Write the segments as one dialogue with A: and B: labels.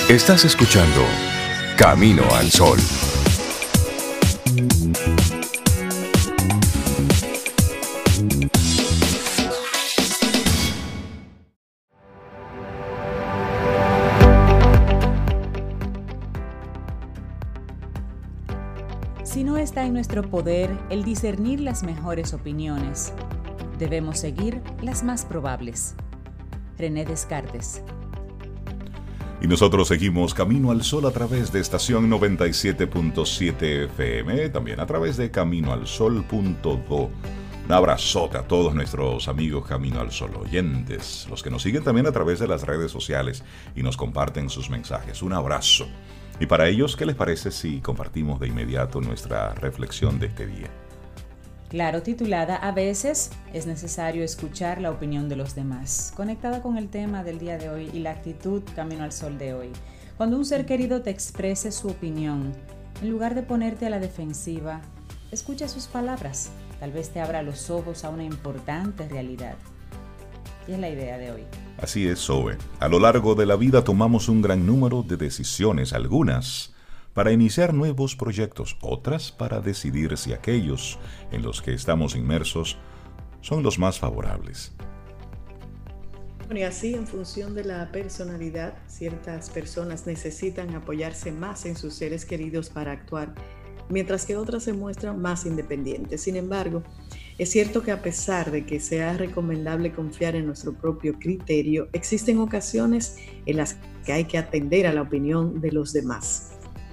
A: Estás escuchando Camino al Sol.
B: Si no está en nuestro poder el discernir las mejores opiniones, debemos seguir las más probables. René Descartes.
C: Y nosotros seguimos Camino al Sol a través de estación 97.7 FM, también a través de caminoalsol.do. Un abrazote a todos nuestros amigos Camino al Sol oyentes, los que nos siguen también a través de las redes sociales y nos comparten sus mensajes. Un abrazo. Y para ellos, ¿qué les parece si compartimos de inmediato nuestra reflexión de este día?
B: Claro, titulada "A veces es necesario escuchar la opinión de los demás", conectada con el tema del día de hoy y la actitud Camino al Sol de hoy. Cuando un ser querido te exprese su opinión, en lugar de ponerte a la defensiva, escucha sus palabras. Tal vez te abra los ojos a una importante realidad. Y es la idea de hoy.
C: Así es, Zoe. A lo largo de la vida tomamos un gran número de decisiones, algunas para iniciar nuevos proyectos, otras para decidir si aquellos en los que estamos inmersos son los más favorables.
D: Bueno, y así, en función de la personalidad, ciertas personas necesitan apoyarse más en sus seres queridos para actuar, mientras que otras se muestran más independientes. Sin embargo, es cierto que a pesar de que sea recomendable confiar en nuestro propio criterio, existen ocasiones en las que hay que atender a la opinión de los demás.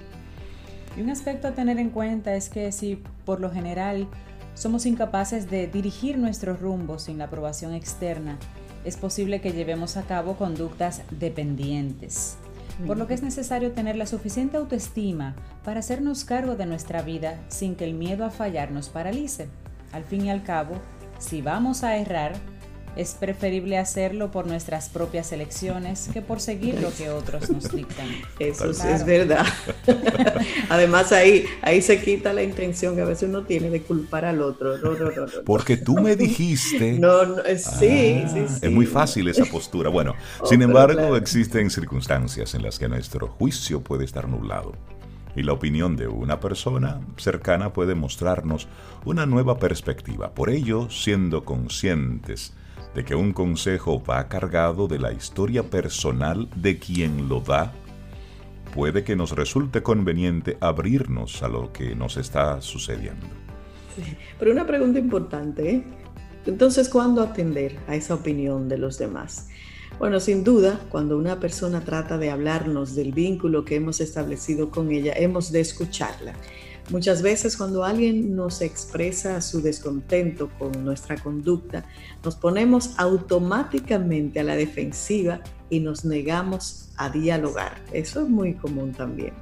B: Y un aspecto a tener en cuenta es que si por lo general somos incapaces de dirigir nuestros rumbos sin la aprobación externa, es posible que llevemos a cabo conductas dependientes. Por lo que es necesario tener la suficiente autoestima para hacernos cargo de nuestra vida sin que el miedo a fallar nos paralice. Al fin y al cabo, si vamos a errar, es preferible hacerlo por nuestras propias elecciones que por seguir lo que otros nos dictan.
D: Eso
B: Claro.
D: es verdad. Además, ahí se quita la intención que a veces uno tiene de culpar al otro. No.
C: Porque tú me dijiste...
D: Sí.
C: Es muy fácil esa postura. Bueno, sin embargo, claro, existen circunstancias en las que nuestro juicio puede estar nublado. Y la opinión de una persona cercana puede mostrarnos una nueva perspectiva. Por ello, siendo conscientes de que un consejo va cargado de la historia personal de quien lo da, puede que nos resulte conveniente abrirnos a lo que nos está sucediendo.
D: Sí, pero una pregunta importante, ¿eh? Entonces, ¿cuándo atender a esa opinión de los demás? Bueno, sin duda, cuando una persona trata de hablarnos del vínculo que hemos establecido con ella, hemos de escucharla. Muchas veces cuando alguien nos expresa su descontento con nuestra conducta, nos ponemos automáticamente a la defensiva y nos negamos a dialogar. Eso es muy común también.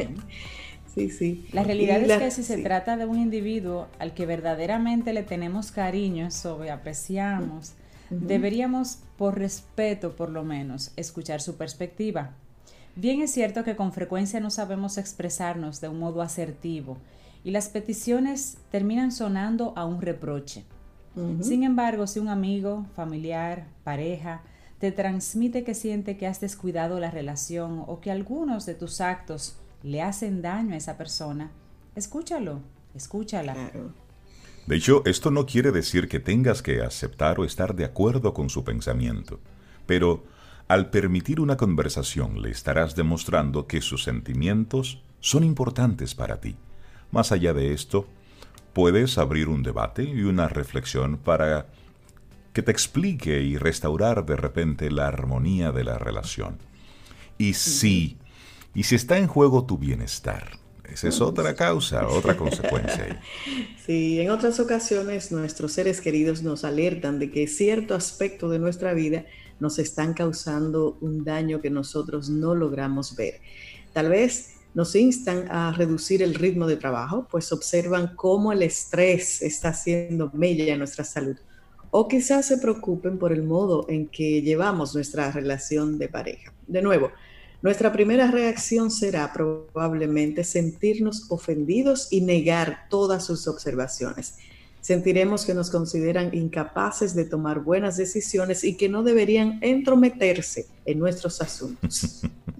D: Sí.
B: La realidad es que si se trata de un individuo al que verdaderamente le tenemos cariño, apreciamos, deberíamos, por respeto por lo menos, escuchar su perspectiva. Bien es cierto que con frecuencia no sabemos expresarnos de un modo asertivo y las peticiones terminan sonando a un reproche. Sin embargo, si un amigo, familiar, pareja, te transmite que siente que has descuidado la relación o que algunos de tus actos le hacen daño a esa persona, escúchala.
D: Claro.
C: De hecho, esto no quiere decir que tengas que aceptar o estar de acuerdo con su pensamiento, pero al permitir una conversación le estarás demostrando que sus sentimientos son importantes para ti. Más allá de esto, puedes abrir un debate y una reflexión para que te explique y restaurar de repente la armonía de la relación. Y si está en juego tu bienestar, esa es otra causa, otra consecuencia.
D: Sí, en otras ocasiones nuestros seres queridos nos alertan de que cierto aspecto de nuestra vida nos están causando un daño que nosotros no logramos ver. Tal vez nos instan a reducir el ritmo de trabajo, pues observan cómo el estrés está haciendo mella en nuestra salud. O quizás se preocupen por el modo en que llevamos nuestra relación de pareja. De nuevo, nuestra primera reacción será probablemente sentirnos ofendidos y negar todas sus observaciones. Sentiremos que nos consideran incapaces de tomar buenas decisiones y que no deberían entrometerse en nuestros asuntos.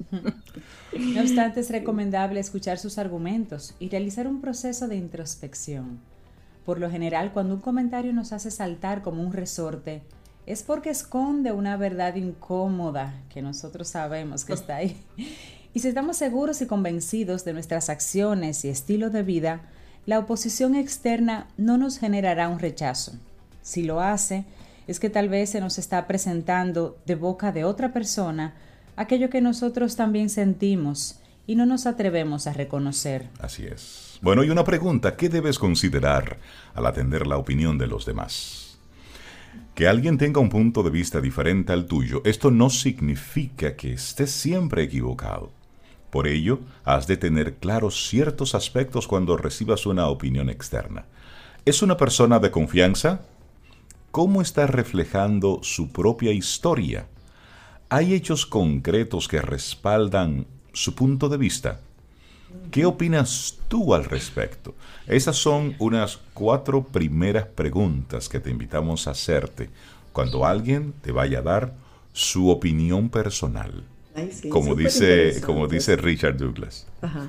B: No obstante, es recomendable escuchar sus argumentos y realizar un proceso de introspección. Por lo general, cuando un comentario nos hace saltar como un resorte, es porque esconde una verdad incómoda que nosotros sabemos que está ahí. Y si estamos seguros y convencidos de nuestras acciones y estilo de vida, la oposición externa no nos generará un rechazo. Si lo hace, es que tal vez se nos está presentando de boca de otra persona aquello que nosotros también sentimos y no nos atrevemos a reconocer.
C: Así es. Bueno, y una pregunta, ¿qué debes considerar al atender la opinión de los demás? Que alguien tenga un punto de vista diferente al tuyo, esto no significa que estés siempre equivocado. Por ello, has de tener claros ciertos aspectos cuando recibas una opinión externa. ¿Es una persona de confianza? ¿Cómo está reflejando su propia historia? ¿Hay hechos concretos que respaldan su punto de vista? ¿Qué opinas tú al respecto? Esas son unas 4 primeras preguntas que te invitamos a hacerte cuando alguien te vaya a dar su opinión personal.
D: Ay, sí,
C: como dice Richard Douglas.
D: Ajá.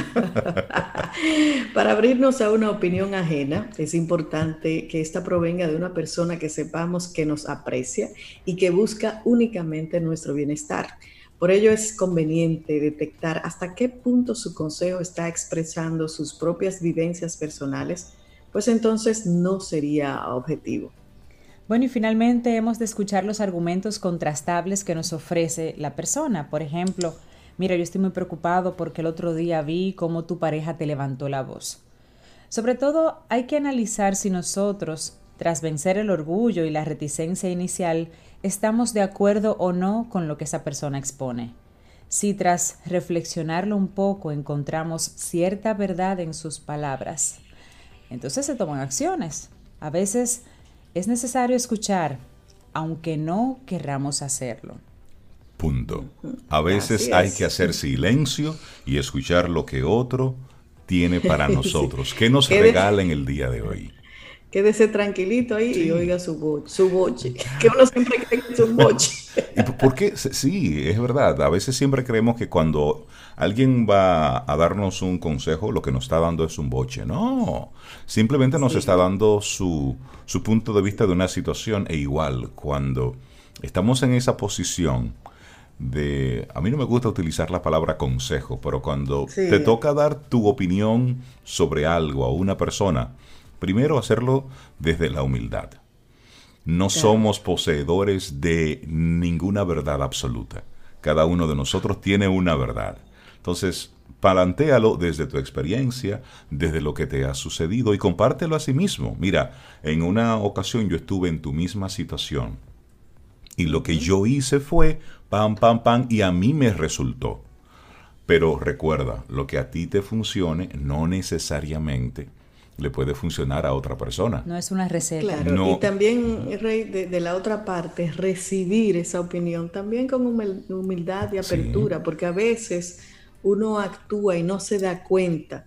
D: Para abrirnos a una opinión ajena, es importante que ésta provenga de una persona que sepamos que nos aprecia y que busca únicamente nuestro bienestar. Por ello es conveniente detectar hasta qué punto su consejo está expresando sus propias vivencias personales, pues entonces no sería objetivo.
B: Bueno, y finalmente hemos de escuchar los argumentos contrastables que nos ofrece la persona. Por ejemplo, mira, yo estoy muy preocupado porque el otro día vi cómo tu pareja te levantó la voz. Sobre todo, hay que analizar si nosotros, tras vencer el orgullo y la reticencia inicial, estamos de acuerdo o no con lo que esa persona expone. Si tras reflexionarlo un poco encontramos cierta verdad en sus palabras, entonces se toman acciones. A veces es necesario escuchar, aunque no querramos hacerlo.
C: Punto. A veces hay que hacer silencio y escuchar lo que otro tiene para nosotros. ¿Qué nos regala en el día de hoy?
D: Quédese tranquilito ahí y oiga su boche. Que uno siempre cree que es un boche.
C: ¿Por qué? Sí, es verdad. A veces siempre creemos que cuando alguien va a darnos un consejo, lo que nos está dando es un boche. No, simplemente nos está dando su punto de vista de una situación. E igual, cuando estamos en esa posición de... A mí no me gusta utilizar la palabra consejo, pero cuando te toca dar tu opinión sobre algo a una persona, primero hacerlo desde la humildad. No somos poseedores de ninguna verdad absoluta. Cada uno de nosotros tiene una verdad. Entonces, plantéalo desde tu experiencia, desde lo que te ha sucedido y compártelo a sí mismo. Mira, en una ocasión yo estuve en tu misma situación y lo que yo hice fue pam, pam, pam y a mí me resultó. Pero recuerda, lo que a ti te funcione no necesariamente le puede funcionar a otra persona.
B: No es una receta.
D: Claro,
C: no.
D: Y también, Rey, de la otra parte, recibir esa opinión también con humildad y apertura, porque a veces uno actúa y no se da cuenta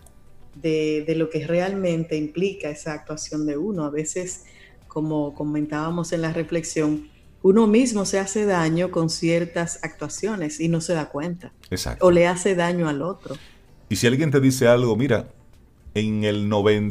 D: de lo que realmente implica esa actuación de uno. A veces, como comentábamos en la reflexión, uno mismo se hace daño con ciertas actuaciones y no se da cuenta.
C: Exacto.
D: O le hace daño al otro.
C: Y si alguien te dice algo, mira, en el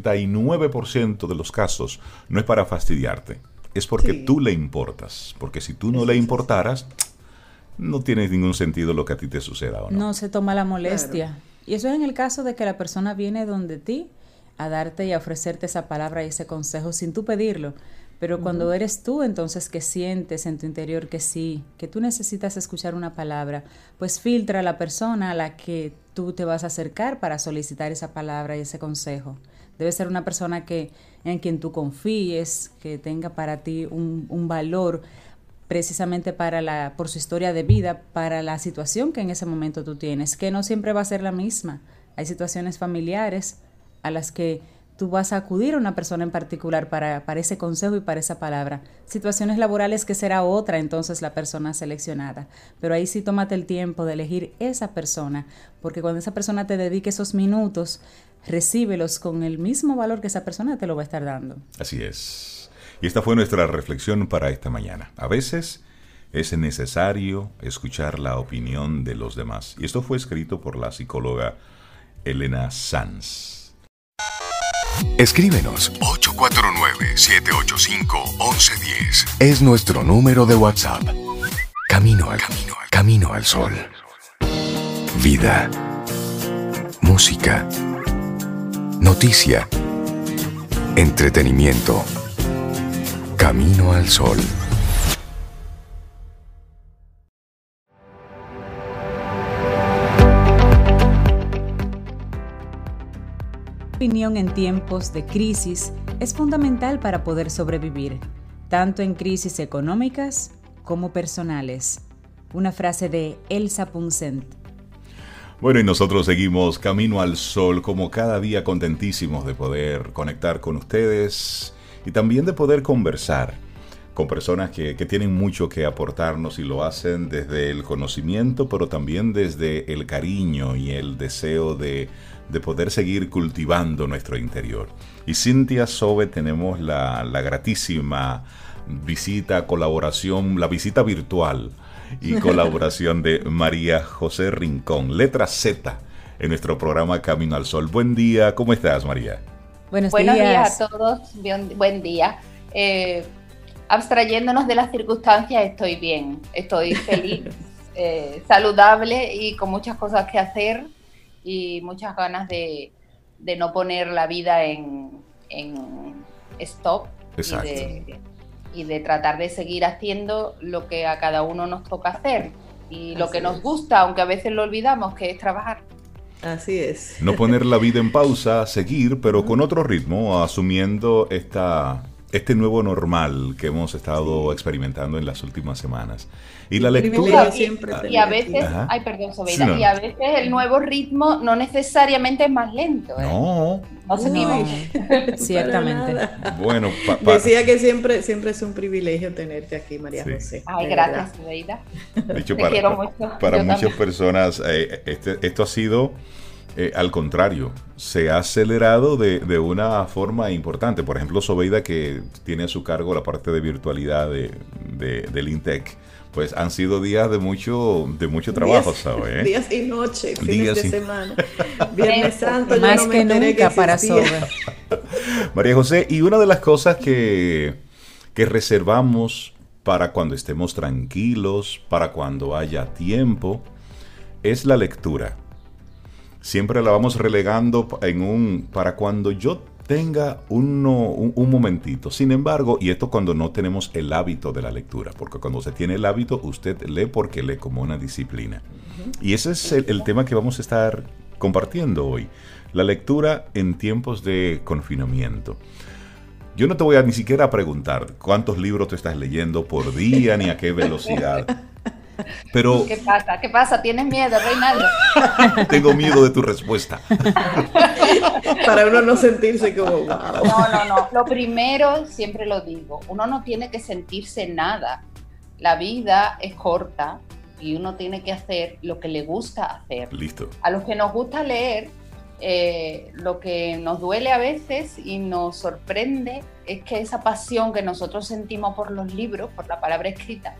C: 99% de los casos no es para fastidiarte, es porque tú le importas. Porque si tú no le importaras, no tiene ningún sentido lo que a ti te suceda, ¿o no?
B: No se toma la molestia.
D: Claro.
B: Y eso es en el caso de que la persona viene donde ti a darte y a ofrecerte esa palabra y ese consejo sin tú pedirlo. Pero cuando eres tú, entonces, que sientes en tu interior que sí, que tú necesitas escuchar una palabra, pues filtra a la persona a la que tú te vas a acercar para solicitar esa palabra y ese consejo. Debe ser una persona en quien tú confíes, que tenga para ti un valor precisamente por su historia de vida, para la situación que en ese momento tú tienes, que no siempre va a ser la misma. Hay situaciones familiares a las que tú vas a acudir a una persona en particular para ese consejo y para esa palabra. Situaciones laborales que será otra, entonces, la persona seleccionada. Pero ahí sí tómate el tiempo de elegir esa persona, porque cuando esa persona te dedique esos minutos, recíbelos con el mismo valor que esa persona te lo va a estar dando.
C: Así es. Y esta fue nuestra reflexión para esta mañana. A veces es necesario escuchar la opinión de los demás. Y esto fue escrito por la psicóloga Elena Sanz.
A: Escríbenos 849-785-1110. Es nuestro número de WhatsApp. Camino al sol. Vida. Música. Noticia. Entretenimiento. Camino al sol.
B: Opinión en tiempos de crisis es fundamental para poder sobrevivir, tanto en crisis económicas como personales. Una frase de Elsa Punset.
C: Bueno, y nosotros seguimos Camino al Sol, como cada día contentísimos de poder conectar con ustedes y también de poder conversar con personas que tienen mucho que aportarnos y lo hacen desde el conocimiento, pero también desde el cariño y el deseo de poder seguir cultivando nuestro interior. Y Cintia Sobe, tenemos la gratísima visita, colaboración, la visita virtual y colaboración de María José Rincón, letra Z, en nuestro programa Camino al Sol. Buen día, ¿cómo estás, María?
E: Buenos días a todos, buen día. Abstrayéndonos de las circunstancias, estoy bien, estoy feliz, saludable y con muchas cosas que hacer y muchas ganas de no poner la vida en stop.
C: Exacto.
E: Y de tratar de seguir haciendo lo que a cada uno nos toca hacer y lo que nos gusta, aunque a veces lo olvidamos, que es trabajar.
D: Así es.
C: No poner la vida en pausa, seguir, pero con otro ritmo, asumiendo este nuevo normal que hemos estado experimentando en las últimas semanas. Y la lectura...
E: Y a veces, ay, perdón, Sobeida, sí, no. Y a veces el nuevo ritmo no necesariamente es más lento.
B: No seguimos. Ciertamente.
C: Bueno,
D: decía que siempre es un privilegio tenerte aquí, María José.
E: Ay, gracias, Sobeida.
C: De hecho, para muchas personas esto ha sido... al contrario, se ha acelerado de una forma importante. Por ejemplo, Sobeida, que tiene a su cargo la parte de virtualidad del INTEC, pues han sido días de mucho trabajo, ¿sabes?
D: Días y noches, fines de semana. Viernes Santo,
B: más que nunca para Sobe.
C: María José, y una de las cosas que reservamos para cuando estemos tranquilos, para cuando haya tiempo, es la lectura. Siempre la vamos relegando para cuando yo tenga un momentito. Sin embargo, y esto cuando no tenemos el hábito de la lectura, porque cuando se tiene el hábito, usted lee porque lee como una disciplina. Y ese es el tema que vamos a estar compartiendo hoy. La lectura en tiempos de confinamiento. Yo no te voy a ni siquiera preguntar cuántos libros te estás leyendo por día ni a qué velocidad. Pero,
E: ¿Qué pasa? ¿Tienes miedo, Reinaldo?
C: Tengo miedo de tu respuesta.
D: Para uno no sentirse como wow.
E: No. Lo primero, siempre lo digo, uno no tiene que sentirse nada. La vida es corta y uno tiene que hacer lo que le gusta hacer.
C: Listo.
E: A los que nos gusta leer, lo que nos duele a veces y nos sorprende es que esa pasión que nosotros sentimos por los libros, por la palabra escrita,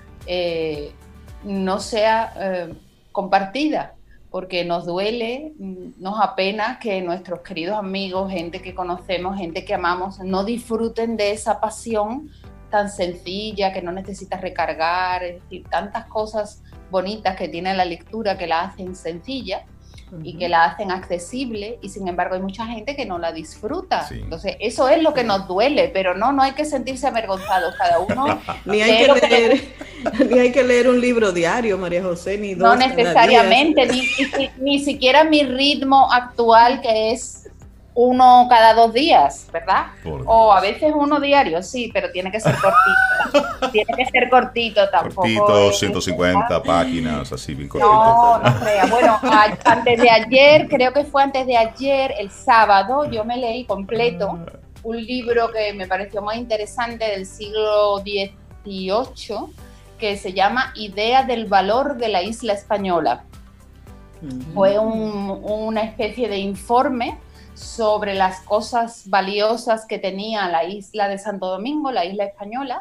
E: no sea compartida, porque nos duele, nos apena que nuestros queridos amigos, gente que conocemos, gente que amamos, no disfruten de esa pasión tan sencilla, que no necesita recargar, es decir, tantas cosas bonitas que tiene la lectura que la hacen sencilla y que la hacen accesible, y sin embargo hay mucha gente que no la disfruta. Sí. Entonces eso es lo que nos duele, pero no hay que sentirse avergonzados, cada uno
D: ni hay que leer un libro diario, María José, ni dos.
E: No necesariamente, ni siquiera mi ritmo actual, que es uno cada 2 días, ¿verdad? O a veces uno diario, sí, pero tiene que ser cortito. Tiene que ser cortito tampoco.
C: Cortito, 150 páginas, así bien cortito.
E: No crea. Bueno, antes de ayer, creo que fue antes de ayer, el sábado, yo me leí completo un libro que me pareció muy interesante del siglo XVIII, que se llama Idea del valor de la isla española. Fue una especie de informe sobre las cosas valiosas que tenía la isla de Santo Domingo, la isla española,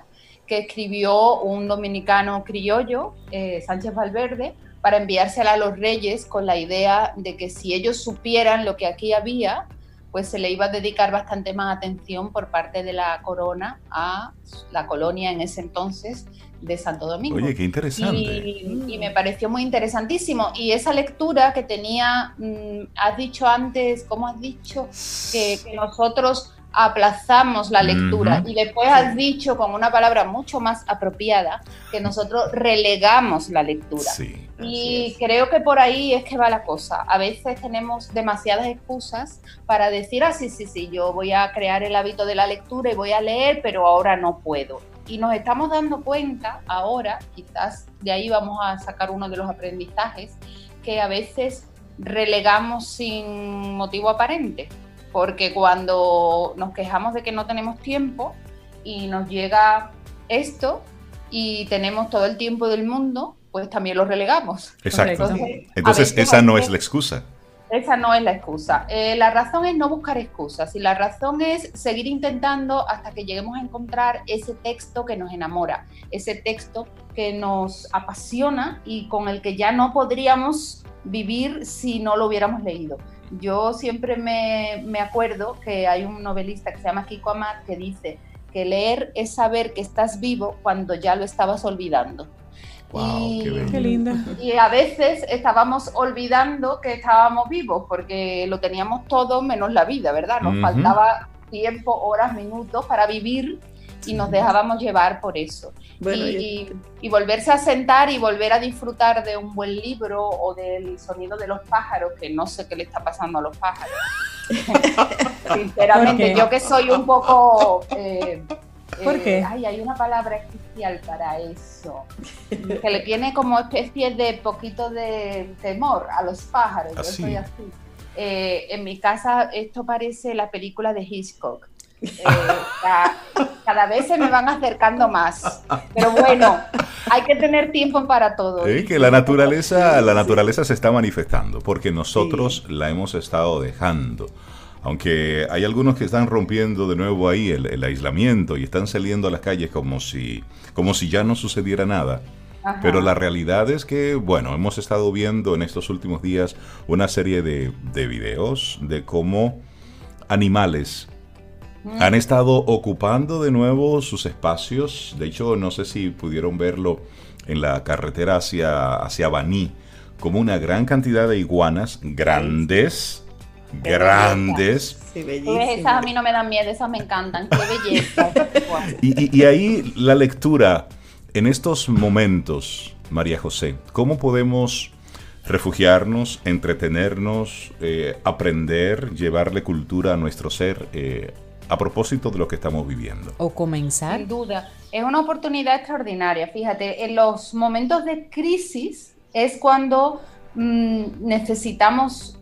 E: que escribió un dominicano criollo, Sánchez Valverde, para enviársela a los reyes con la idea de que si ellos supieran lo que aquí había, pues se le iba a dedicar bastante más atención por parte de la corona a la colonia en ese entonces de Santo Domingo.
C: Oye, qué interesante.
E: Y me pareció muy interesantísimo. Y esa lectura que tenía, has dicho antes, ¿cómo has dicho? Que nosotros aplazamos la lectura, y después has dicho con una palabra mucho más apropiada que nosotros relegamos la lectura.
C: Sí,
E: y creo que por ahí es que va la cosa. A veces tenemos demasiadas excusas para decir, sí, yo voy a crear el hábito de la lectura y voy a leer, pero ahora no puedo. Y nos estamos dando cuenta ahora, quizás de ahí vamos a sacar uno de los aprendizajes, que a veces relegamos sin motivo aparente. Porque cuando nos quejamos de que no tenemos tiempo y nos llega esto y tenemos todo el tiempo del mundo, pues también lo relegamos.
C: Exacto. Entonces esa no es la excusa.
E: Esa no es la excusa. La razón es no buscar excusas y la razón es seguir intentando hasta que lleguemos a encontrar ese texto que nos enamora, ese texto que nos apasiona y con el que ya no podríamos vivir si no lo hubiéramos leído. Yo siempre me acuerdo que hay un novelista que se llama Kiko Amat que dice que leer es saber que estás vivo cuando ya lo estabas olvidando.
C: Wow,
B: qué linda.
E: Y a veces estábamos olvidando que estábamos vivos porque lo teníamos todo menos la vida, ¿verdad? Nos faltaba tiempo, horas, minutos para vivir y nos dejábamos llevar por eso. Bueno, y volverse a sentar y volver a disfrutar de un buen libro o del sonido de los pájaros, que no sé qué le está pasando a los pájaros. Sinceramente, yo que soy un poco...
B: ¿Por qué?
E: Hay una palabra especial para eso, que le tiene como especie de poquito de temor a los pájaros. Yo soy así. En mi casa esto parece la película de Hitchcock. Cada vez se me van acercando más, pero bueno, hay que tener tiempo para todo.
C: Que la naturaleza se está manifestando porque nosotros la hemos estado dejando. Aunque hay algunos que están rompiendo de nuevo ahí el aislamiento y están saliendo a las calles como si ya no sucediera nada. Ajá. Pero la realidad es que, bueno, hemos estado viendo en estos últimos días una serie de videos de cómo animales han estado ocupando de nuevo sus espacios. De hecho, no sé si pudieron verlo en la carretera hacia Baní, como una gran cantidad de iguanas grandes.
E: Sí, esas a mí no me dan miedo, esas me encantan, qué belleza.
C: y ahí la lectura, en estos momentos, María José, ¿cómo podemos refugiarnos, entretenernos, aprender, llevarle cultura a nuestro ser a propósito de lo que estamos viviendo?
B: O comenzar.
E: Sin duda, es una oportunidad extraordinaria. Fíjate, en los momentos de crisis es cuando necesitamos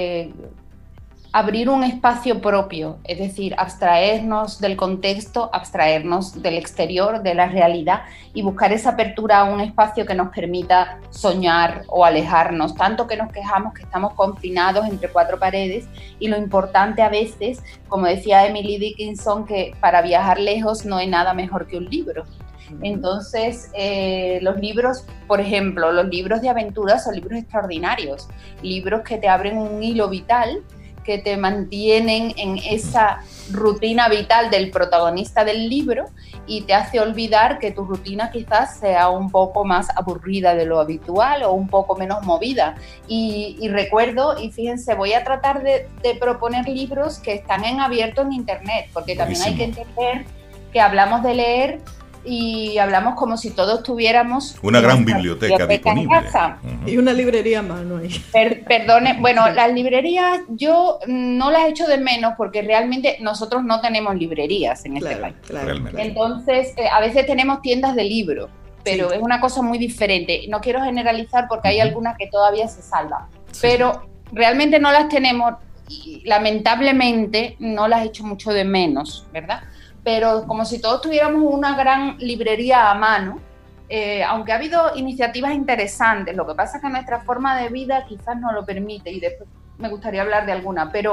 E: abrir un espacio propio, es decir, abstraernos del contexto, abstraernos del exterior, de la realidad y buscar esa apertura a un espacio que nos permita soñar o alejarnos, tanto que nos quejamos que estamos confinados entre cuatro paredes y lo importante a veces, como decía Emily Dickinson, que para viajar lejos no hay nada mejor que un libro. Entonces, los libros, por ejemplo, los libros de aventuras son libros extraordinarios, libros que te abren un hilo vital, que te mantienen en esa rutina vital del protagonista del libro y te hace olvidar que tu rutina quizás sea un poco más aburrida de lo habitual o un poco menos movida. Y recuerdo, y fíjense, voy a tratar de proponer libros que están en abierto en internet, porque también hay que entender que hablamos de leer y hablamos como si todos tuviéramos
C: una gran biblioteca disponible.
D: En casa. Y una librería a mano ahí.
E: Perdone, bueno, las librerías yo no las echo de menos porque realmente nosotros no tenemos librerías en este país.
D: Claro.
E: Entonces, a veces tenemos tiendas de libros, pero es una cosa muy diferente. No quiero generalizar porque hay algunas que todavía se salvan, pero realmente no las tenemos y lamentablemente no las echo mucho de menos, ¿verdad? Pero como si todos tuviéramos una gran librería a mano, aunque ha habido iniciativas interesantes, lo que pasa es que nuestra forma de vida quizás no lo permite y después me gustaría hablar de alguna, pero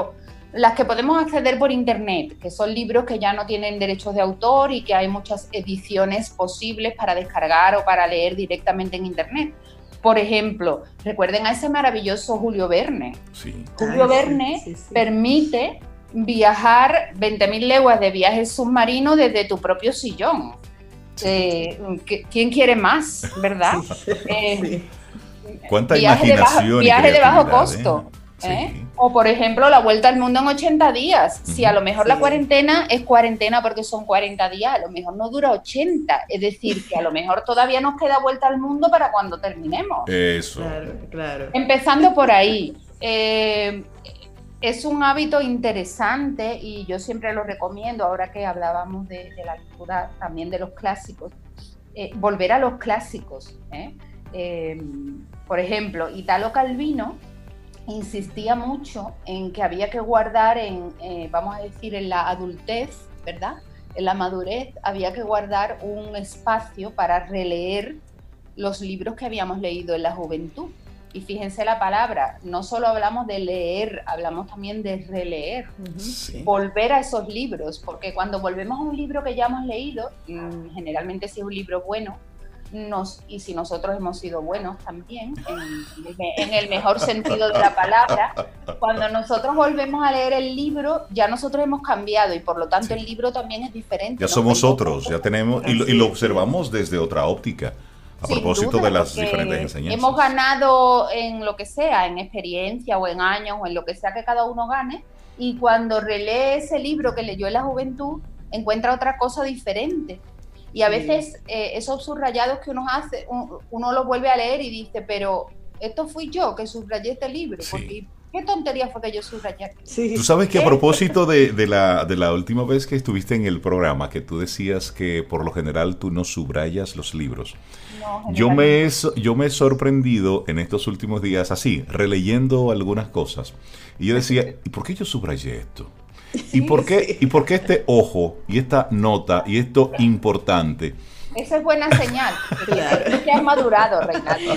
E: las que podemos acceder por internet, que son libros que ya no tienen derechos de autor y que hay muchas ediciones posibles para descargar o para leer directamente en internet. Por ejemplo, recuerden a ese maravilloso Julio Verne.
C: Sí.
E: Julio Verne permite viajar 20.000 leguas de viaje submarino desde tu propio sillón. ¿Quién quiere más, verdad?
C: ¿Cuánta imaginación?
E: Viaje de bajo costo.
C: Sí.
E: O, por ejemplo, la vuelta al mundo en 80 días. Si a lo mejor la cuarentena es cuarentena porque son 40 días, a lo mejor no dura 80. Es decir, que a lo mejor todavía nos queda vuelta al mundo para cuando terminemos.
C: Eso.
D: Claro.
E: Empezando por ahí. Es un hábito interesante y yo siempre lo recomiendo, ahora que hablábamos de la lectura, también de los clásicos, volver a los clásicos. Por ejemplo, Italo Calvino insistía mucho en que había que guardar vamos a decir, en la adultez, ¿verdad? En la madurez había que guardar un espacio para releer los libros que habíamos leído en la juventud. Y fíjense la palabra, no solo hablamos de leer, hablamos también de releer, volver a esos libros, porque cuando volvemos a un libro que ya hemos leído, generalmente si es un libro bueno, y si nosotros hemos sido buenos también, en el mejor sentido de la palabra, cuando nosotros volvemos a leer el libro, ya nosotros hemos cambiado y por lo tanto el libro también es diferente.
C: Ya somos otros, ya tenemos, y lo observamos desde otra óptica. A propósito de las diferentes enseñanzas.
E: Hemos ganado en lo que sea, en experiencia o en años o en lo que sea que cada uno gane, y cuando relee ese libro que leyó en la juventud, encuentra otra cosa diferente. Y a veces esos subrayados que uno hace, uno los vuelve a leer y dice, pero esto fui yo que subrayé este libro, porque ¿qué tontería fue que yo subrayé?
C: Tú sabes que a propósito de la última vez que estuviste en el programa, que tú decías que por lo general tú no subrayas los libros.
E: No,
C: yo me he sorprendido en estos últimos días así, releyendo algunas cosas. Y yo decía, ¿y por qué yo subrayé esto? ¿Y por qué este ojo y esta nota y esto importante?
E: Esa es buena señal. Claro. Que has madurado, Reinaldo.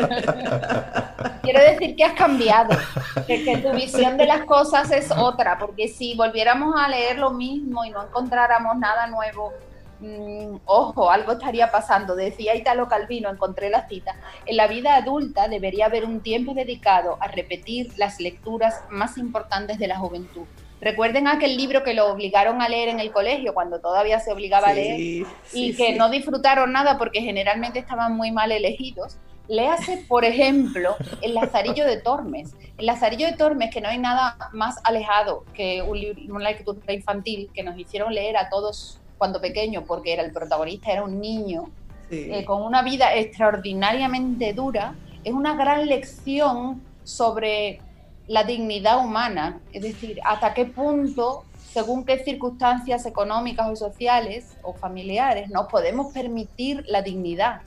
E: Quiero decir que has cambiado, que tu visión de las cosas es otra, porque si volviéramos a leer lo mismo y no encontráramos nada nuevo, ojo, algo estaría pasando. Decía Italo Calvino, encontré la cita: en la vida adulta debería haber un tiempo dedicado a repetir las lecturas más importantes de la juventud. Recuerden aquel libro que lo obligaron a leer en el colegio, cuando todavía se obligaba a leer, y que no disfrutaron nada porque generalmente estaban muy mal elegidos. Léase, por ejemplo, El Lazarillo de Tormes. El Lazarillo de Tormes, que no hay nada más alejado que una lectura infantil que nos hicieron leer a todos cuando pequeños, porque el protagonista era un niño con una vida extraordinariamente dura. Es una gran lección sobre la dignidad humana, es decir, hasta qué punto, según qué circunstancias económicas o sociales o familiares, nos podemos permitir la dignidad.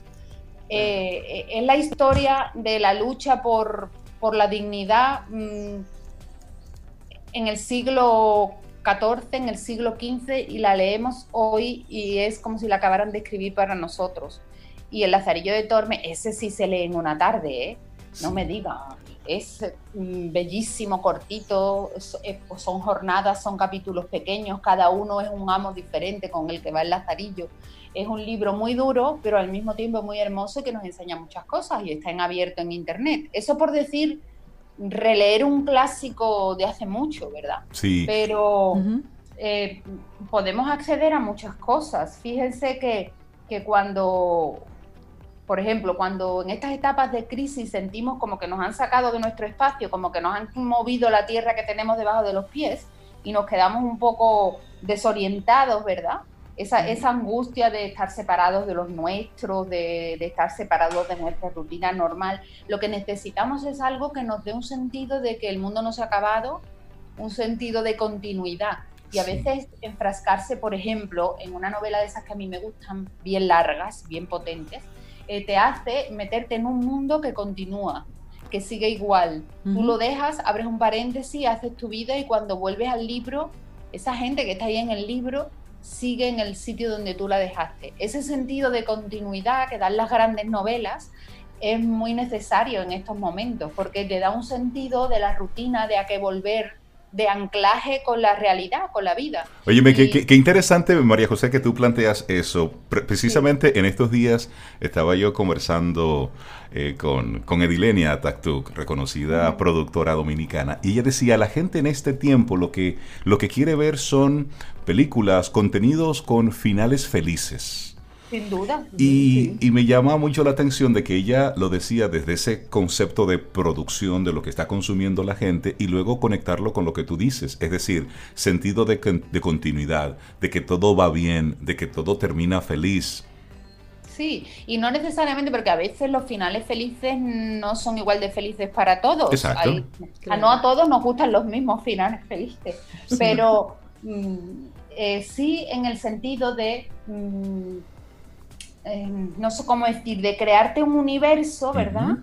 E: Es la historia de la lucha por la dignidad en el siglo XIV, en el siglo XV, y la leemos hoy y es como si la acabaran de escribir para nosotros. Y El Lazarillo de Tormes, ese sí se lee en una tarde, no me digan. Es bellísimo, cortito, son jornadas, son capítulos pequeños, cada uno es un amo diferente con el que va el Lazarillo. Es un libro muy duro, pero al mismo tiempo muy hermoso, que nos enseña muchas cosas y está en abierto en internet. Eso por decir, releer un clásico de hace mucho, ¿verdad?
C: Sí.
E: Pero podemos acceder a muchas cosas. Fíjense que cuando... Por ejemplo, cuando en estas etapas de crisis sentimos como que nos han sacado de nuestro espacio, como que nos han movido la tierra que tenemos debajo de los pies y nos quedamos un poco desorientados, ¿verdad? Esa angustia de estar separados de los nuestros, de estar separados de nuestra rutina normal. Lo que necesitamos es algo que nos dé un sentido de que el mundo no se ha acabado, un sentido de continuidad. Y a veces enfrascarse, por ejemplo, en una novela de esas que a mí me gustan, bien largas, bien potentes, te hace meterte en un mundo que continúa, que sigue igual. Tú lo dejas, abres un paréntesis, haces tu vida y cuando vuelves al libro, esa gente que está ahí en el libro sigue en el sitio donde tú la dejaste. Ese sentido de continuidad que dan las grandes novelas es muy necesario en estos momentos porque te da un sentido de la rutina, de a qué volver, de anclaje con la realidad, con la vida.
C: Óyeme, qué interesante, María José, que tú planteas eso. Precisamente sí. En estos días estaba yo conversando con Edilenia Tactuc, reconocida productora dominicana, y ella decía, la gente en este tiempo lo que quiere ver son películas, contenidos con finales felices.
E: Sin duda.
C: Y me llama mucho la atención de que ella lo decía desde ese concepto de producción de lo que está consumiendo la gente y luego conectarlo con lo que tú dices, es decir, sentido de continuidad, de que todo va bien, de que todo termina feliz.
E: Sí, y no necesariamente, porque a veces los finales felices no son igual de felices para todos.
C: Exacto.
E: Claro. No a todos nos gustan los mismos finales felices, pero sí en el sentido de... no sé cómo decir, de crearte un universo, ¿verdad?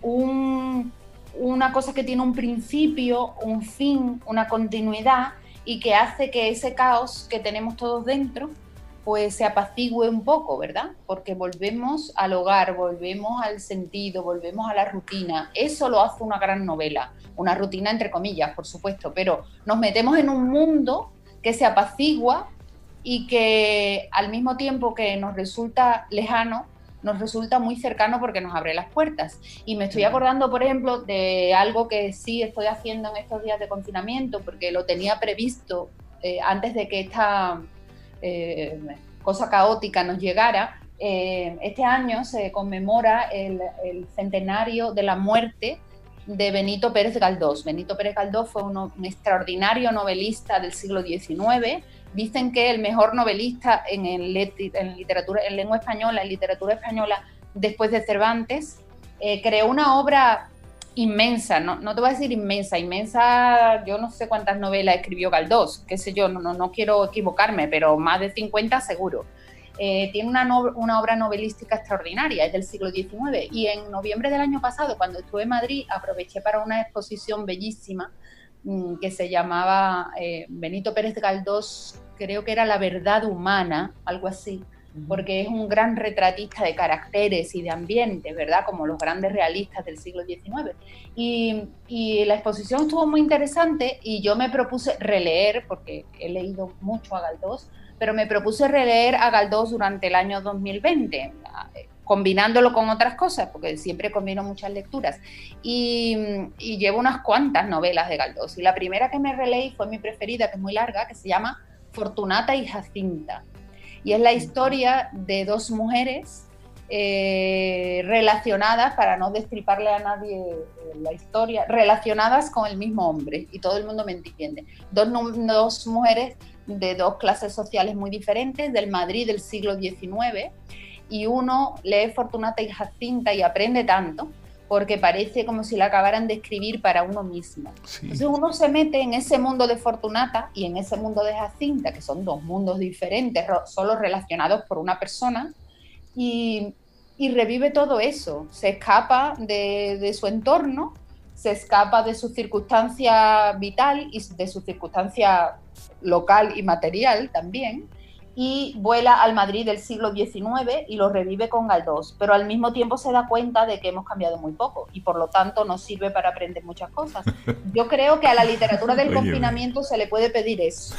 E: Una cosa que tiene un principio, un fin, una continuidad, y que hace que ese caos que tenemos todos dentro, pues se apacigüe un poco, ¿verdad? Porque volvemos al hogar, volvemos al sentido, volvemos a la rutina. Eso lo hace una gran novela, una rutina entre comillas, por supuesto, pero nos metemos en un mundo que se apacigua y que al mismo tiempo que nos resulta lejano, nos resulta muy cercano porque nos abre las puertas. Y me estoy acordando, por ejemplo, de algo que sí estoy haciendo en estos días de confinamiento, porque lo tenía previsto antes de que esta cosa caótica nos llegara. Este año se conmemora el centenario de la muerte de Benito Pérez Galdós. Benito Pérez Galdós fue un extraordinario novelista del siglo XIX. Dicen que el mejor novelista en literatura, en lengua española, en literatura española, después de Cervantes. Creó una obra inmensa, no te voy a decir inmensa, yo no sé cuántas novelas escribió Galdós, qué sé yo, no quiero equivocarme, pero más de 50 seguro. Tiene una obra novelística extraordinaria, es del siglo XIX, y en noviembre del año pasado, cuando estuve en Madrid, aproveché para una exposición bellísima que se llamaba Benito Pérez Galdós, creo que era La verdad humana, algo así, porque es un gran retratista de caracteres y de ambientes, ¿verdad? Como los grandes realistas del siglo XIX. Y la exposición estuvo muy interesante y yo me propuse releer, porque he leído mucho a Galdós, pero me propuse releer a Galdós durante el año 2020, combinándolo con otras cosas, porque siempre combino muchas lecturas. Y llevo unas cuantas novelas de Galdós. Y la primera que me releí fue mi preferida, que es muy larga, que se llama Fortunata y Jacinta. Y es la historia de dos mujeres relacionadas, para no destriparle a nadie la historia, relacionadas con el mismo hombre, y todo el mundo me entiende. Dos mujeres de dos clases sociales muy diferentes, del Madrid del siglo XIX, y uno lee Fortunata y Jacinta y aprende tanto, porque parece como si la acabaran de escribir para uno mismo. Sí. Entonces uno se mete en ese mundo de Fortunata y en ese mundo de Jacinta, que son dos mundos diferentes, solo relacionados por una persona, y revive todo eso. Se escapa de su entorno, se escapa de su circunstancia vital y de su circunstancia local y material también, y vuela al Madrid del siglo XIX y lo revive con Galdós, pero al mismo tiempo se da cuenta de que hemos cambiado muy poco y por lo tanto nos sirve para aprender muchas cosas. Yo creo que a la literatura del confinamiento se le puede pedir eso.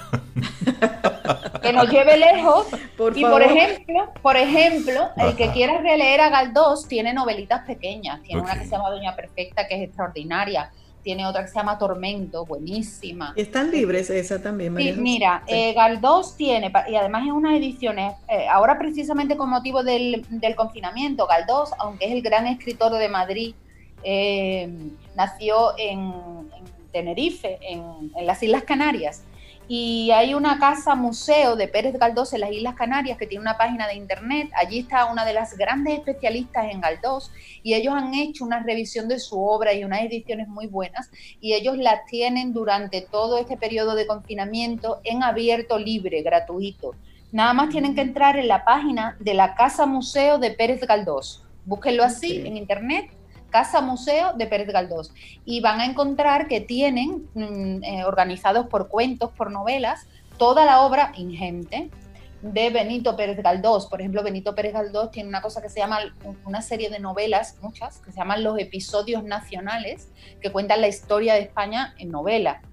E: Que nos lleve lejos. Por ejemplo, el que quiera releer a Galdós tiene novelitas pequeñas. Tiene una que se llama Doña Perfecta, que es extraordinaria. Tiene otra que se llama Tormento, buenísima.
D: ¿Están libres esa también, María José?
E: Sí, mira, Galdós tiene, y además es unas ediciones, ahora precisamente con motivo del confinamiento, Galdós, aunque es el gran escritor de Madrid, nació en Tenerife, en las Islas Canarias. Y hay una casa museo de Pérez Galdós en las Islas Canarias que tiene una página de internet. Allí está una de las grandes especialistas en Galdós y ellos han hecho una revisión de su obra y unas ediciones muy buenas, y ellos las tienen durante todo este periodo de confinamiento en abierto, libre, gratuito. Nada más tienen que entrar en la página de la Casa Museo de Pérez Galdós. Búsquenlo así en internet, Casa Museo de Pérez Galdós, y van a encontrar que tienen organizados por cuentos, por novelas, toda la obra ingente de Benito Pérez Galdós. Por ejemplo, Benito Pérez Galdós tiene una cosa que se llama, una serie de novelas, muchas, que se llaman los episodios nacionales, que cuentan la historia de España en novela.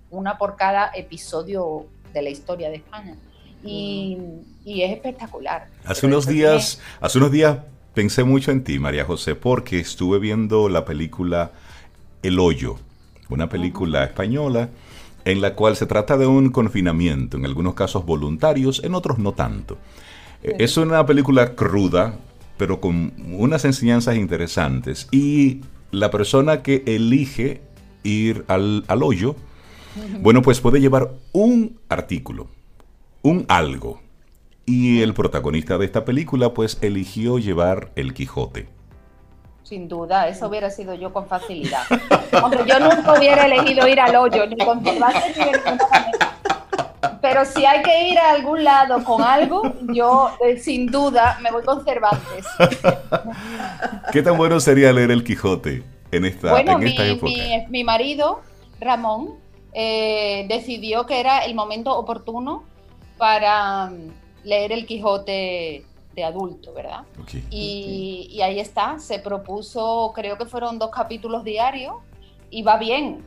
E: una por cada episodio de la historia de España. Y es espectacular.
C: Hace unos días pensé mucho en ti, María José, porque estuve viendo la película El Hoyo, una película española en la cual se trata de un confinamiento, en algunos casos voluntarios, en otros no tanto. Es una película cruda, pero con unas enseñanzas interesantes. Y la persona que elige ir al hoyo, bueno, pues puede llevar un artículo, un algo. Y el protagonista de esta película, pues, eligió llevar el Quijote.
E: Sin duda, eso hubiera sido yo con facilidad. Aunque yo nunca hubiera elegido ir al hoyo, ni con Cervantes ni de ninguna manera. Pero si hay que ir a algún lado con algo, yo sin duda me voy con Cervantes.
C: ¿Qué tan bueno sería leer el Quijote en esta época?
E: Mi marido, Ramón, decidió que era el momento oportuno para leer el Quijote de adulto, ¿verdad?
C: Okay.
E: Y ahí está, se propuso, creo que fueron 2 capítulos diarios, y va bien,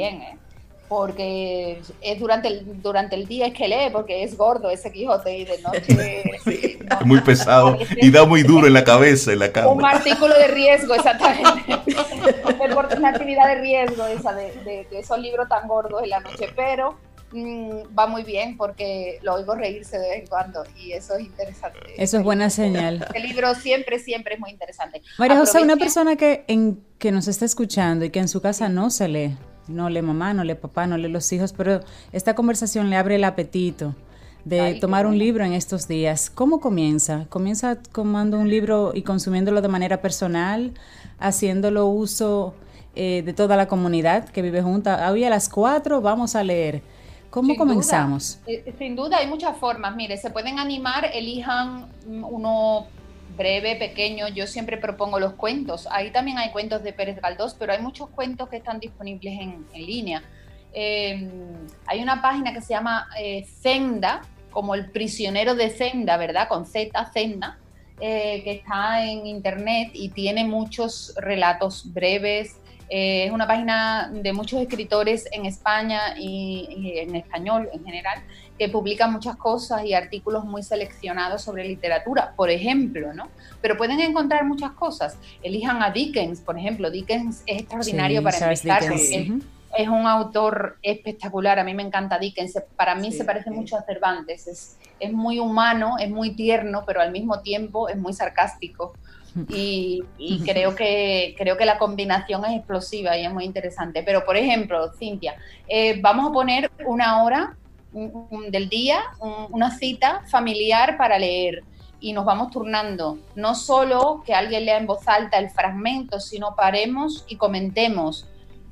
E: porque es durante el día es que lee, porque es gordo ese Quijote, y de noche
C: sí, no, es muy pesado y da muy duro en la cabeza, en la cama.
E: Un artículo de riesgo, exactamente. Una actividad de riesgo esa de esos libros tan gordos en la noche, pero va muy bien porque lo oigo reírse de vez en cuando y eso es interesante.
B: Eso es buena señal.
E: El libro siempre es muy interesante.
B: María José, una persona que nos está escuchando y que en su casa no se lee, no lee mamá, no lee papá, no lee los hijos, pero esta conversación le abre el apetito de tomar un libro en estos días. ¿Cómo comienza? ¿Comienza tomando un libro y consumiéndolo de manera personal, haciéndolo uso de toda la comunidad que vive junta? Hoy a las 4 vamos a leer. ¿Cómo comenzamos?
E: Sin duda, hay muchas formas. Mire, se pueden animar, elijan uno breve, pequeño. Yo siempre propongo los cuentos. Ahí también hay cuentos de Pérez Galdós, pero hay muchos cuentos que están disponibles en línea. Hay una página que se llama Zenda, como el prisionero de Zenda, ¿verdad? Con Z, Zenda, que está en internet y tiene muchos relatos breves. Es una página de muchos escritores en España y en español en general, que publican muchas cosas y artículos muy seleccionados sobre literatura, por ejemplo, ¿no? Pero pueden encontrar muchas cosas. Elijan a Dickens, por ejemplo. Dickens es extraordinario para empezar. Es un autor espectacular. A mí me encanta Dickens. Para mí se parece mucho a Cervantes. Es muy humano, es muy tierno, pero al mismo tiempo es muy sarcástico. Y creo que la combinación es explosiva y es muy interesante. Pero, por ejemplo, Cintia, vamos a poner una hora del día, una cita familiar para leer, y nos vamos turnando. No solo que alguien lea en voz alta el fragmento, sino paremos y comentemos.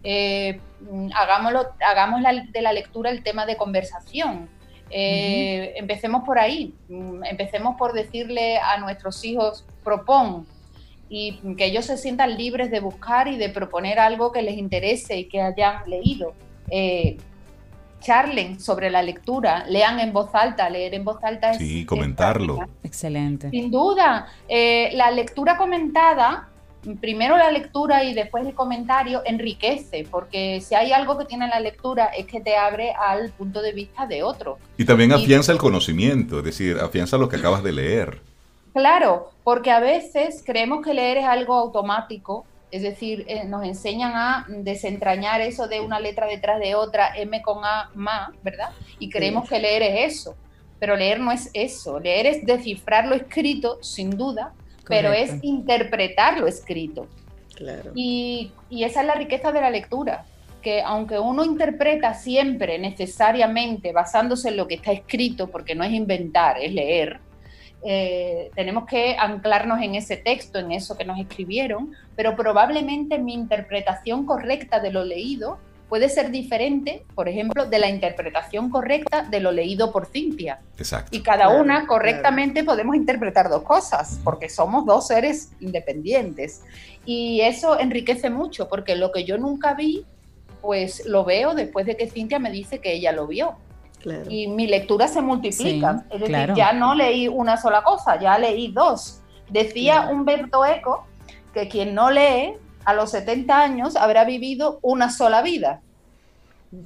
E: Hagamos de la lectura el tema de conversación. Empecemos por ahí. Empecemos por decirle a nuestros hijos, propón, y que ellos se sientan libres de buscar y de proponer algo que les interese y que hayan leído. Charlen sobre la lectura, lean en voz alta. Leer en voz alta es
C: comentarlo.
B: Excelente.
E: Sin duda, la lectura comentada, primero la lectura y después el comentario, enriquece, porque si hay algo que tiene la lectura es que te abre al punto de vista de otro.
C: Y también afianza el conocimiento, es decir, afianza lo que acabas de leer.
E: Claro, porque a veces creemos que leer es algo automático, es decir, nos enseñan a desentrañar eso de una letra detrás de otra, M con A, ma, ¿verdad? Y creemos que leer es eso, pero leer no es eso. Leer es descifrar lo escrito, sin duda, pero es interpretar lo escrito.
D: Claro.
E: Y esa es la riqueza de la lectura, que aunque uno interpreta siempre necesariamente basándose en lo que está escrito, porque no es inventar, es leer, tenemos que anclarnos en ese texto, en eso que nos escribieron, pero probablemente mi interpretación correcta de lo leído puede ser diferente, por ejemplo, de la interpretación correcta de lo leído por Cintia.
C: Exacto.
E: Y cada una correctamente podemos interpretar 2 cosas, porque somos 2 seres independientes. Y eso enriquece mucho, porque lo que yo nunca vi, pues lo veo después de que Cintia me dice que ella lo vio.
D: Claro.
E: Y mi lectura se multiplica.
B: Sí,
E: es decir, ya no leí una sola cosa, ya leí 2. Decía Humberto Eco que quien no lee a los 70 años habrá vivido una sola vida.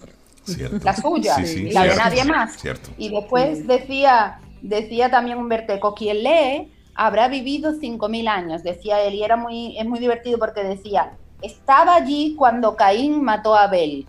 C: Cierto.
E: La suya,
C: Sí,
E: la
C: cierto,
E: de nadie más.
C: Cierto.
E: Y después decía también Humberto Eco, quien lee habrá vivido 5.000 años, decía él, y es muy divertido porque decía, estaba allí cuando Caín mató a Abel.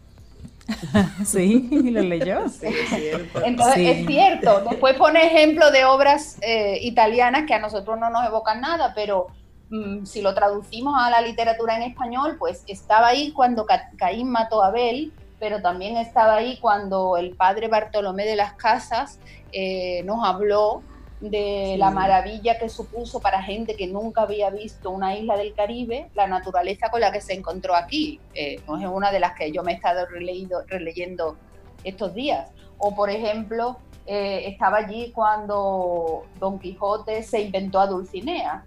B: Sí, lo leyó.
D: Sí, es cierto.
E: Entonces,
B: Sí.
E: es cierto. Después pone ejemplo de obras italianas que a nosotros no nos evocan nada, pero si lo traducimos a la literatura en español, pues estaba ahí cuando Caín mató a Abel, pero también estaba ahí cuando el padre Bartolomé de las Casas nos habló de la maravilla que supuso para gente que nunca había visto una isla del Caribe, la naturaleza con la que se encontró aquí. No es una de las que yo me he estado releyendo estos días. O, por ejemplo, estaba allí cuando Don Quijote se inventó a Dulcinea.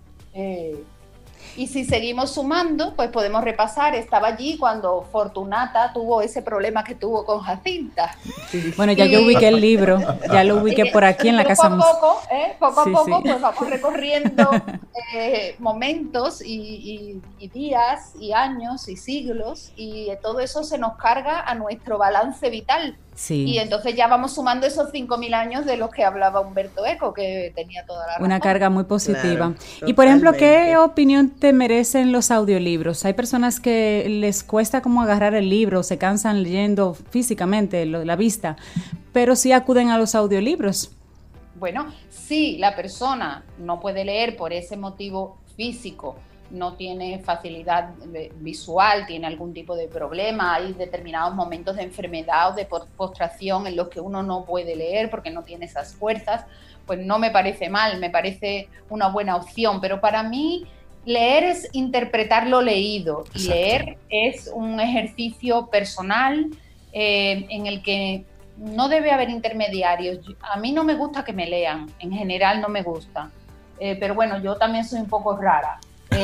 E: Y si seguimos sumando, pues podemos repasar, estaba allí cuando Fortunata tuvo ese problema que tuvo con Jacinta.
B: Bueno, ya yo ubiqué el libro, ya lo ubiqué por aquí en la casa.
E: Poco a
B: Sí,
E: poco,
B: sí.
E: pues vamos recorriendo momentos y días y años y siglos, y todo eso se nos carga a nuestro balance vital.
B: Sí.
E: Y entonces ya vamos sumando esos 5.000 años de los que hablaba Humberto Eco, que tenía toda la razón.
B: Una carga muy positiva.
D: Claro,
B: y por ejemplo, ¿qué
D: totalmente.
B: opinión te merecen los audiolibros? Hay personas que les cuesta como agarrar el libro, se cansan leyendo físicamente, la vista, pero sí acuden a los audiolibros.
E: Bueno, si la persona no puede leer por ese motivo físico, no tiene facilidad visual, tiene algún tipo de problema, hay determinados momentos de enfermedad o de postración en los que uno no puede leer porque no tiene esas fuerzas, pues no me parece mal, me parece una buena opción, pero para mí leer es interpretar lo leído. Y
C: Exacto.
E: leer es un ejercicio personal en el que no debe haber intermediarios. A mí no me gusta que me lean, en general no me gusta, pero bueno, yo también soy un poco rara.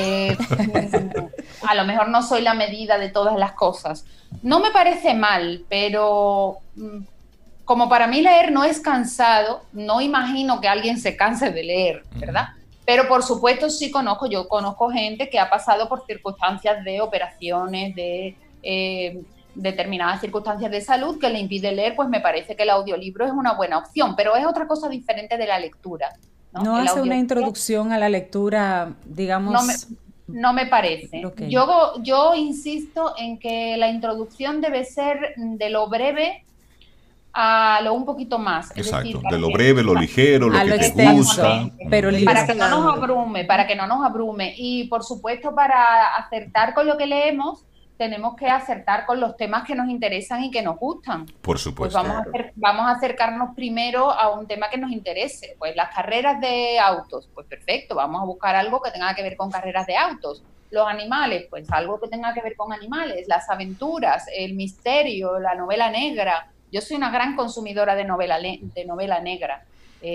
E: A lo mejor no soy la medida de todas las cosas. No me parece mal, pero como para mí leer no es cansado, no imagino que alguien se canse de leer, ¿verdad? Pero por supuesto sí yo conozco gente que ha pasado por circunstancias de operaciones, de determinadas circunstancias de salud que le impide leer, pues me parece que el audiolibro es una buena opción, pero es otra cosa diferente de la lectura.
B: ¿No hace una introducción a la lectura, digamos?
E: No me parece.
B: Okay.
E: Yo insisto en que la introducción debe ser de lo breve a lo un poquito más.
C: Exacto,
E: es decir,
C: de lo breve, lo ligero, lo
B: a
C: que
B: lo
C: te
B: extenso,
C: gusta.
B: pero
E: para que no nos abrume. Y por supuesto, para acertar con lo que leemos, tenemos que acertar con los temas que nos interesan y que nos gustan.
C: Por supuesto.
E: Pues vamos a acercarnos primero a un tema que nos interese. Pues las carreras de autos, pues perfecto, vamos a buscar algo que tenga que ver con carreras de autos. Los animales, pues algo que tenga que ver con animales. Las aventuras, el misterio, la novela negra. Yo soy una gran consumidora de novela negra.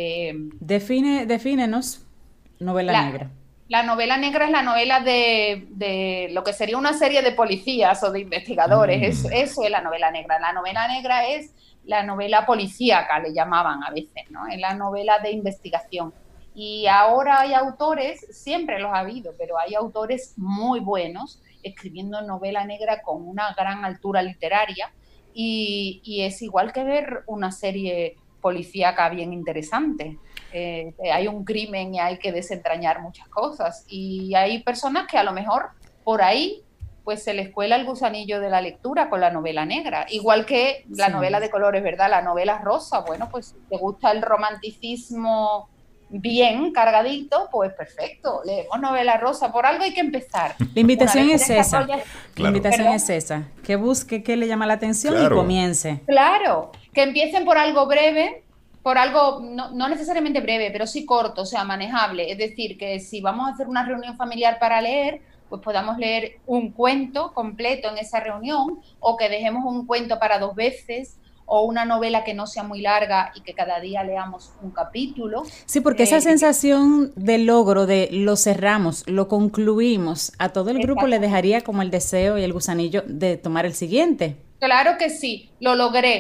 B: Defínenos novela negra.
E: La novela negra es la novela de lo que sería una serie de policías o de investigadores. Eso es la novela negra. La novela negra es la novela policíaca, le llamaban a veces, ¿no? Es la novela de investigación. Y ahora hay autores, siempre los ha habido, pero hay autores muy buenos escribiendo novela negra con una gran altura literaria, y es igual que ver una serie policíaca bien interesante. Hay un crimen y hay que desentrañar muchas cosas, y hay personas que a lo mejor por ahí pues se les cuela el gusanillo de la lectura con la novela negra, igual que la novela de colores, ¿verdad? La novela rosa, bueno, pues si te gusta el romanticismo bien cargadito, pues perfecto, leemos novela rosa, por algo hay que empezar.
B: La invitación es esa,
C: Claro.
B: la invitación es esa, que busque qué le llama la atención y comience.
E: Claro, que empiecen por algo breve, por algo no necesariamente breve, pero sí corto, o sea, manejable. Es decir, que si vamos a hacer una reunión familiar para leer, pues podamos leer un cuento completo en esa reunión, o que dejemos un cuento para 2 veces, o una novela que no sea muy larga y que cada día leamos un capítulo.
B: Sí, porque esa sensación de logro, de lo cerramos, lo concluimos, a todo el grupo le dejaría como el deseo y el gusanillo de tomar el siguiente.
E: Claro que sí, lo logré.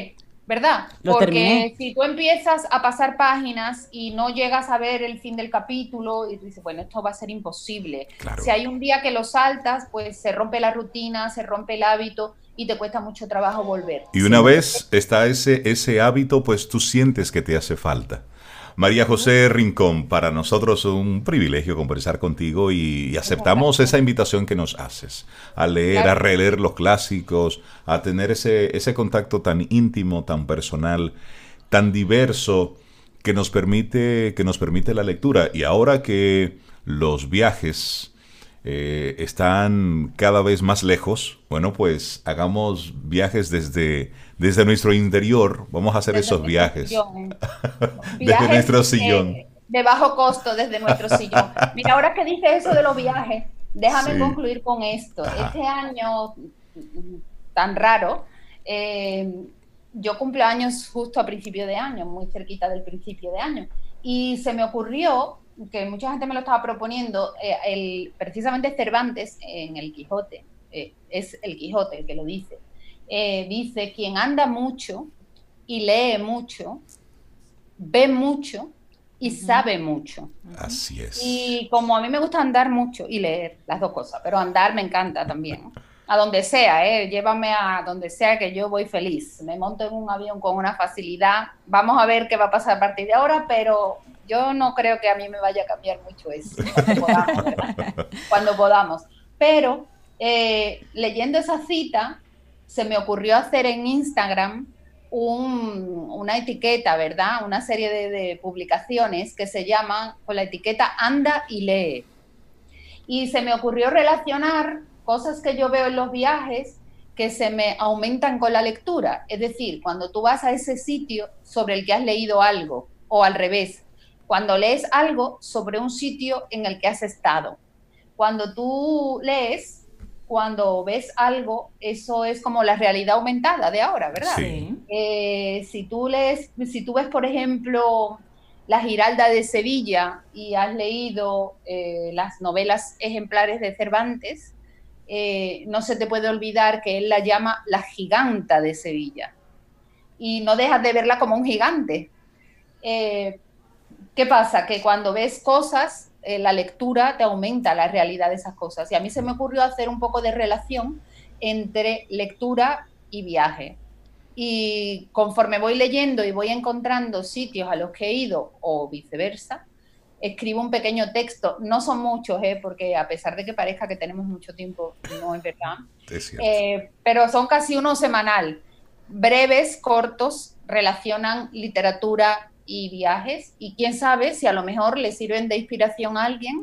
E: ¿verdad?
B: Lo
E: Porque
B: terminé.
E: si tú empiezas a pasar páginas y no llegas a ver el fin del capítulo y tú dices, bueno, esto va a ser imposible.
C: Claro.
E: Si hay un día que lo saltas, pues se rompe la rutina, se rompe el hábito y te cuesta mucho trabajo volver.
C: Y una vez está ese hábito, pues tú sientes que te hace falta. María José Rincón, para nosotros un privilegio conversar contigo y aceptamos esa invitación que nos haces a leer, a releer los clásicos, a tener ese contacto tan íntimo, tan personal, tan diverso que nos permite la lectura. Y ahora que los viajes están cada vez más lejos, bueno, pues hagamos viajes desde nuestro interior. Vamos a hacer
E: Desde
C: esos
E: nuestro
C: viajes.
E: sillón.
C: Desde
E: Viajes,
C: nuestro sillón.
E: de bajo costo desde nuestro sillón. Mira, ahora que dices eso de los viajes, déjame
C: Sí.
E: concluir con esto.
C: Ajá.
E: Este año tan raro, yo cumplo años justo a principio de año, muy cerquita del principio de año, y se me ocurrió, que mucha gente me lo estaba proponiendo, precisamente Cervantes en El Quijote, es El Quijote el que lo dice, dice, quien anda mucho y lee mucho, ve mucho y sabe mucho.
C: Así es.
E: Y como a mí me gusta andar mucho y leer, las dos cosas, pero andar me encanta también. A donde sea, llévame a donde sea que yo voy feliz. Me monto en un avión con una facilidad. Vamos a ver qué va a pasar a partir de ahora, pero yo no creo que a mí me vaya a cambiar mucho eso cuando podamos, ¿verdad? Cuando podamos. Pero leyendo esa cita, se me ocurrió hacer en Instagram una etiqueta, ¿verdad? Una serie de publicaciones que se llaman con la etiqueta Anda y lee. Y se me ocurrió relacionar cosas que yo veo en los viajes que se me aumentan con la lectura. Es decir, cuando tú vas a ese sitio sobre el que has leído algo, o al revés, cuando lees algo sobre un sitio en el que has estado. Cuando tú lees, cuando ves algo, eso es como la realidad aumentada de ahora, ¿verdad?
C: Sí.
E: Si tú ves, por ejemplo, La Giralda de Sevilla y has leído las novelas ejemplares de Cervantes, no se te puede olvidar que él la llama la giganta de Sevilla. Y no dejas de verla como un gigante. ¿Qué pasa? Que cuando ves cosas, la lectura te aumenta la realidad de esas cosas. Y a mí se me ocurrió hacer un poco de relación entre lectura y viaje. Y conforme voy leyendo y voy encontrando sitios a los que he ido o viceversa, escribo un pequeño texto. No son muchos, porque a pesar de que parezca que tenemos mucho tiempo, no es verdad.
C: Es cierto.
E: Pero son casi uno semanal. Breves, cortos, relacionan literatura y viajes, y quién sabe si a lo mejor le sirven de inspiración a alguien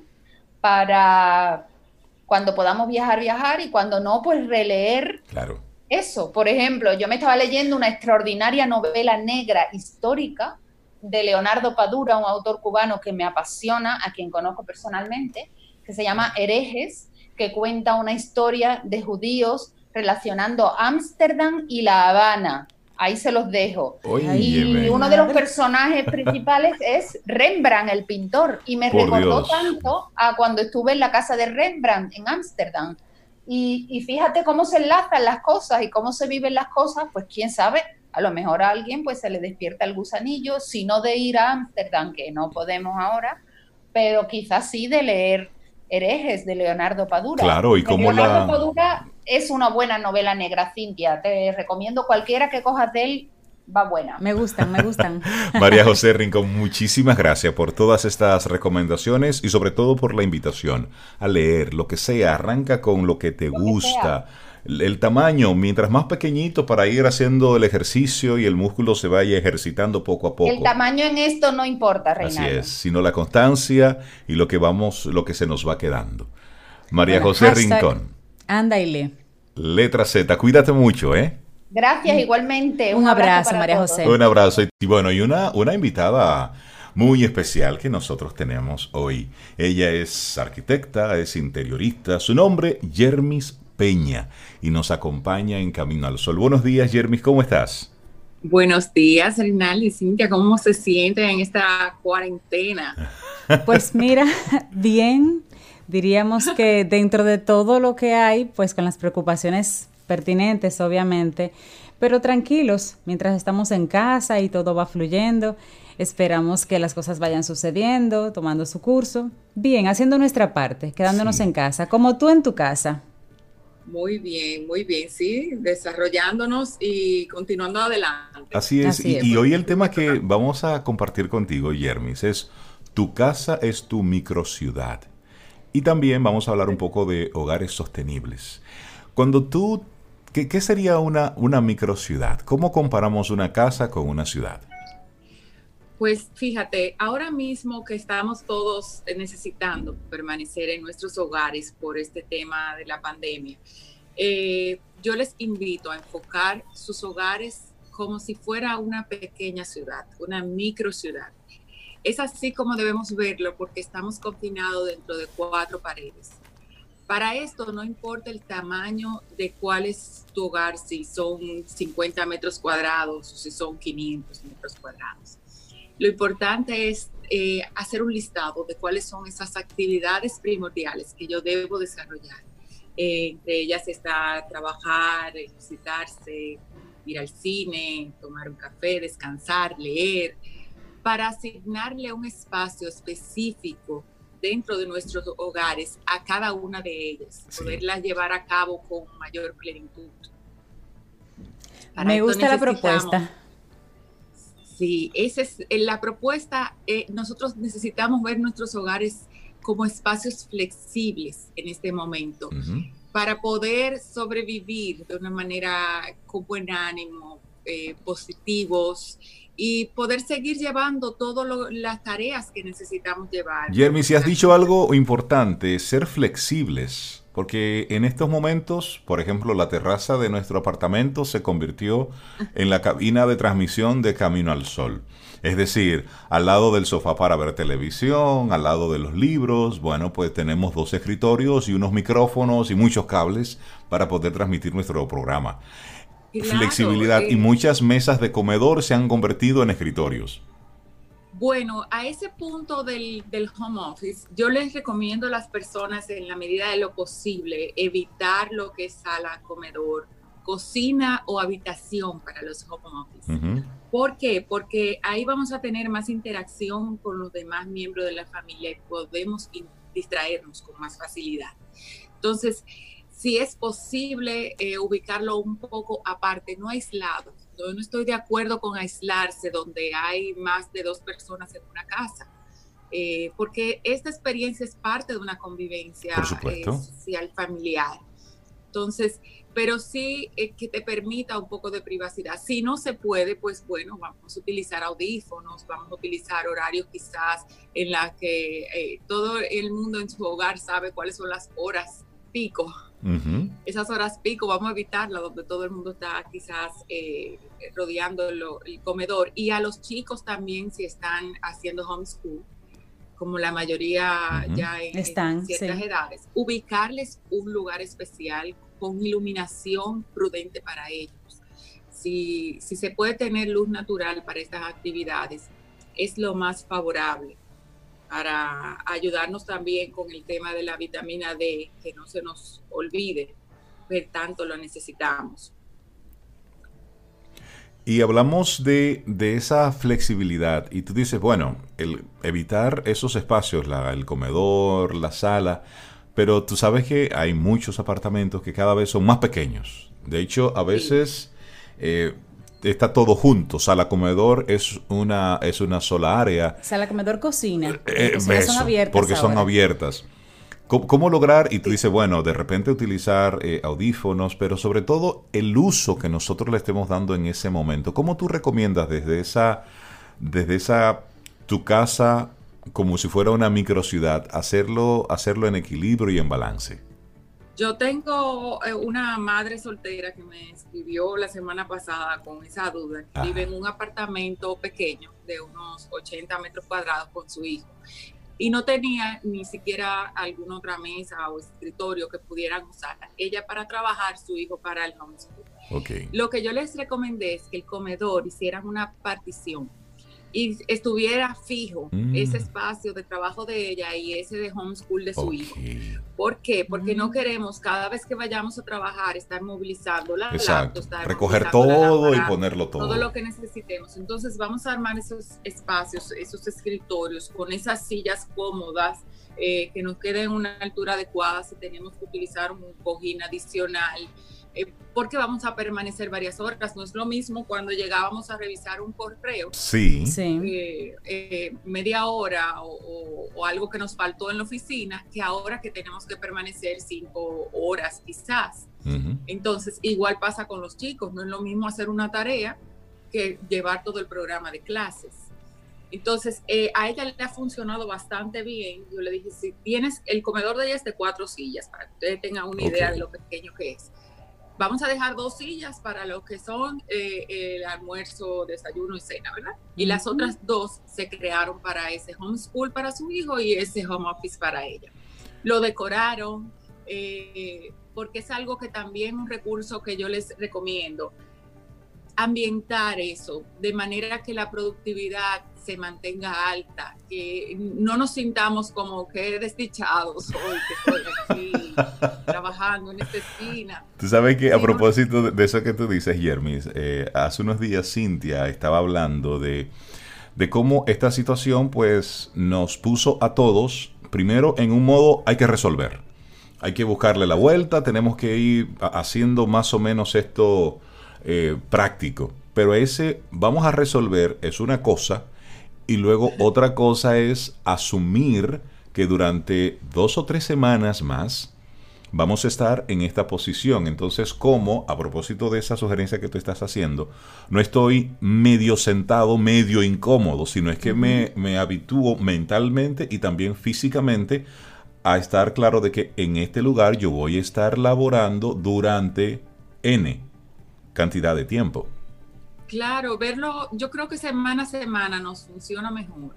E: para cuando podamos viajar, y cuando no, pues releer.
C: Claro.
E: Eso. Por ejemplo, yo me estaba leyendo una extraordinaria novela negra histórica de Leonardo Padura, un autor cubano que me apasiona, a quien conozco personalmente, que se llama Herejes, que cuenta una historia de judíos relacionando Ámsterdam y La Habana. Ahí se los dejo. Y uno de los personajes principales es Rembrandt, el pintor, y me recordó tanto a cuando estuve en la casa de Rembrandt en Ámsterdam. Y fíjate cómo se enlazan las cosas y cómo se viven las cosas, pues quién sabe, a lo mejor a alguien pues se le despierta el gusanillo, si no de ir a Ámsterdam, que no podemos ahora, pero quizás sí de leer Herejes de Leonardo Padura.
C: Claro, y como
E: Leonardo Padura es una buena novela negra, Cintia. Te recomiendo cualquiera que cojas de él, va buena.
B: Me gustan, me gustan.
C: María José Rincón, muchísimas gracias por todas estas recomendaciones y sobre todo por la invitación a leer lo que sea. Arranca con lo que te gusta. El tamaño, mientras más pequeñito, para ir haciendo el ejercicio y el músculo se vaya ejercitando poco a poco.
E: El tamaño en esto no importa, Reinaldo.
C: Así es, sino la constancia y lo que se nos va quedando. María José Rincón.
B: Anda y lee.
C: Letra Z, cuídate mucho, ¿eh?
E: Gracias, igualmente.
B: Un abrazo,
E: para
B: María
E: todos.
B: José.
C: Un abrazo. Y bueno, y una invitada muy especial que nosotros tenemos hoy. Ella es arquitecta, es interiorista. Su nombre, Yermis Peña, y nos acompaña en Camino al Sol. Buenos días, Yermis, ¿cómo estás?
F: Buenos días, Reinaldo y Cintia, ¿cómo se sienten en esta cuarentena?
B: Pues mira, bien, diríamos que dentro de todo lo que hay, pues con las preocupaciones pertinentes, obviamente, pero tranquilos, mientras estamos en casa y todo va fluyendo, esperamos que las cosas vayan sucediendo, tomando su curso, bien, haciendo nuestra parte, quedándonos en casa, como tú en tu casa.
F: Muy bien, sí, desarrollándonos y continuando adelante.
C: Así es, y hoy el tema que vamos a compartir contigo, Yermis, es tu casa es tu microciudad. Y también vamos a hablar un poco de hogares sostenibles. Cuando tú, ¿qué sería una microciudad? ¿Cómo comparamos una casa con una ciudad?
F: Pues fíjate, ahora mismo que estamos todos necesitando permanecer en nuestros hogares por este tema de la pandemia, yo les invito a enfocar sus hogares como si fuera una pequeña ciudad, una microciudad. Es así como debemos verlo porque estamos confinados dentro de 4 paredes. Para esto no importa el tamaño de cuál es tu hogar, si son 50 metros cuadrados o si son 500 metros cuadrados. Lo importante es hacer un listado de cuáles son esas actividades primordiales que yo debo desarrollar. Entre ellas está trabajar, ejercitarse, ir al cine, tomar un café, descansar, leer, para asignarle un espacio específico dentro de nuestros hogares a cada una de ellas, poderlas llevar a cabo con mayor plenitud.
B: Me gusta la propuesta.
F: Sí, esa es la propuesta. Nosotros necesitamos ver nuestros hogares como espacios flexibles en este momento, para poder sobrevivir de una manera con buen ánimo, positivos, y poder seguir llevando todas las tareas que necesitamos llevar.
C: Yermis, si has dicho algo importante, ser flexibles, porque en estos momentos, por ejemplo, la terraza de nuestro apartamento se convirtió en la cabina de transmisión de Camino al Sol. Es decir, al lado del sofá para ver televisión, al lado de los libros, bueno, pues tenemos 2 escritorios y unos micrófonos y muchos cables para poder transmitir nuestro programa. Claro, flexibilidad, y muchas mesas de comedor se han convertido en escritorios.
F: Bueno, a ese punto del home office, yo les recomiendo a las personas, en la medida de lo posible, evitar lo que es sala, comedor, cocina o habitación para los home office. ¿Por qué? Porque ahí vamos a tener más interacción con los demás miembros de la familia y podemos distraernos con más facilidad. Entonces, si es posible ubicarlo un poco aparte, no aislado. Yo no estoy de acuerdo con aislarse donde hay más de 2 personas en una casa, porque esta experiencia es parte de una convivencia social, familiar. Entonces, pero sí que te permita un poco de privacidad. Si no se puede, pues bueno, vamos a utilizar audífonos, vamos a utilizar horarios quizás en las que todo el mundo en su hogar sabe cuáles son las horas pico. Esas horas pico vamos a evitarlas, donde todo el mundo está quizás rodeando el comedor. Y a los chicos también, si están haciendo homeschool, como la mayoría ya en ciertas edades, ubicarles un lugar especial con iluminación prudente para ellos. Si se puede tener luz natural para estas actividades, es lo más favorable para ayudarnos también con el tema de la vitamina D, que no se nos olvide, que tanto lo necesitamos.
C: Y hablamos de esa flexibilidad, y tú dices, bueno, el evitar esos espacios, el comedor, la sala, pero tú sabes que hay muchos apartamentos que cada vez son más pequeños. De hecho, a veces está todo junto. Sala comedor es una sola área.
B: Sala comedor cocina. Son abiertas.
C: Porque ahora son abiertas. ¿Cómo lograr? Y tú dices, bueno, de repente utilizar audífonos, pero sobre todo el uso que nosotros le estemos dando en ese momento. ¿Cómo tú recomiendas desde esa tu casa, como si fuera una microciudad, hacerlo en equilibrio y en balance?
F: Yo tengo una madre soltera que me escribió la semana pasada con esa duda. Vive en un apartamento pequeño de unos 80 metros cuadrados con su hijo. Y no tenía ni siquiera alguna otra mesa o escritorio que pudieran usar. Ella para trabajar, su hijo para el homeschool.
C: Okay.
F: Lo que yo les recomendé es que el comedor hicieran una partición y estuviera fijo ese espacio de trabajo de ella y ese de homeschool de su hijo. ¿Por qué? Porque no queremos cada vez que vayamos a trabajar estar movilizando la laptop,
C: recoger todo y ponerlo todo.
F: Todo lo que necesitemos. Entonces vamos a armar esos espacios, esos escritorios con esas sillas cómodas que nos queden en una altura adecuada si tenemos que utilizar un cojín adicional. Porque vamos a permanecer varias horas. No es lo mismo cuando llegábamos a revisar un correo.
C: Sí.
F: Media hora o algo que nos faltó en la oficina, que ahora que tenemos que permanecer 5 horas quizás. Entonces, igual pasa con los chicos. No es lo mismo hacer una tarea que llevar todo el programa de clases. Entonces, a ella le ha funcionado bastante bien. Yo le dije, si tienes, el comedor de ella es de 4 sillas, para que ustedes tengan una idea de lo pequeño que es. Vamos a dejar 2 sillas para lo que son el almuerzo, desayuno y cena, ¿verdad? Y las otras 2 se crearon para ese homeschool para su hijo y ese home office para ella. Lo decoraron, porque es algo que también un recurso que yo les recomiendo. Ambientar eso, de manera que la productividad se mantenga alta, que no nos sintamos como que desdichados hoy que estoy aquí trabajando en esta esquina.
C: Tú sabes que a propósito de eso que tú dices, Yermis, hace unos días Cintia estaba hablando de cómo esta situación pues nos puso a todos, primero en un modo hay que resolver, hay que buscarle la vuelta, tenemos que ir haciendo más o menos esto práctico, pero ese vamos a resolver es una cosa y luego otra cosa es asumir que durante 2 o 3 semanas más vamos a estar en esta posición. Entonces, como a propósito de esa sugerencia que tú estás haciendo, no estoy medio sentado, medio incómodo, sino es que me habitúo mentalmente y también físicamente a estar claro de que en este lugar yo voy a estar laborando durante N cantidad de tiempo.
F: Claro, verlo, yo creo que semana a semana nos funciona mejor.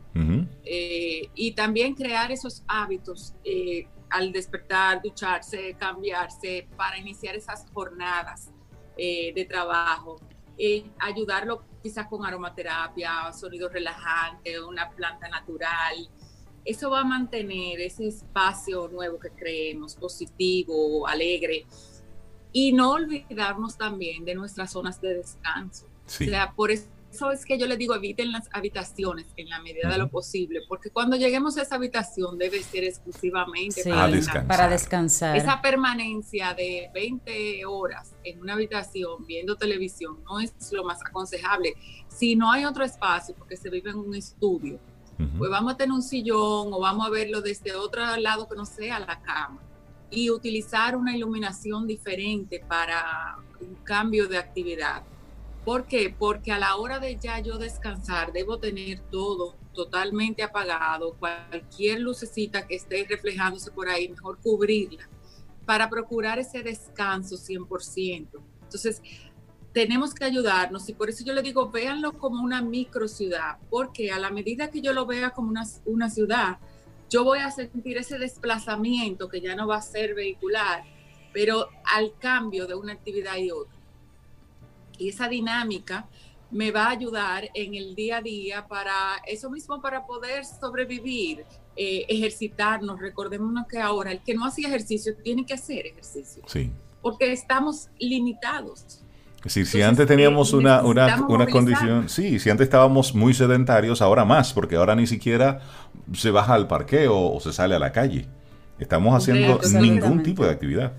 F: Y también crear esos hábitos al despertar, ducharse, cambiarse, para iniciar esas jornadas de trabajo. Ayudarlo quizás con aromaterapia, sonidos relajantes, una planta natural. Eso va a mantener ese espacio nuevo que creemos, positivo, alegre. Y no olvidarnos también de nuestras zonas de descanso. Sí. O sea, por eso es que yo les digo, eviten las habitaciones en la medida de lo posible, porque cuando lleguemos a esa habitación debe ser exclusivamente
B: para descansar.
F: Esa permanencia de 20 horas en una habitación viendo televisión no es lo más aconsejable. Si no hay otro espacio, porque se vive en un estudio, pues vamos a tener un sillón o vamos a verlo desde otro lado que no sea la cama. Y utilizar una iluminación diferente para un cambio de actividad. ¿Por qué? Porque a la hora de ya yo descansar, debo tener todo totalmente apagado, cualquier lucecita que esté reflejándose por ahí, mejor cubrirla, para procurar ese descanso 100%. Entonces, tenemos que ayudarnos y por eso yo le digo, véanlo como una microciudad, porque a la medida que yo lo vea como una ciudad, yo voy a sentir ese desplazamiento que ya no va a ser vehicular, pero al cambio de una actividad y otra. Y esa dinámica me va a ayudar en el día a día para eso mismo, para poder sobrevivir, ejercitarnos. Recordémonos que ahora el que no hacía ejercicio tiene que hacer ejercicio.
C: Sí.
F: Porque estamos limitados.
C: Sí, si antes teníamos una condición, sí, si antes estábamos muy sedentarios, ahora más, porque ahora ni siquiera se baja al parqueo o se sale a la calle. Estamos haciendo ningún tipo de actividad.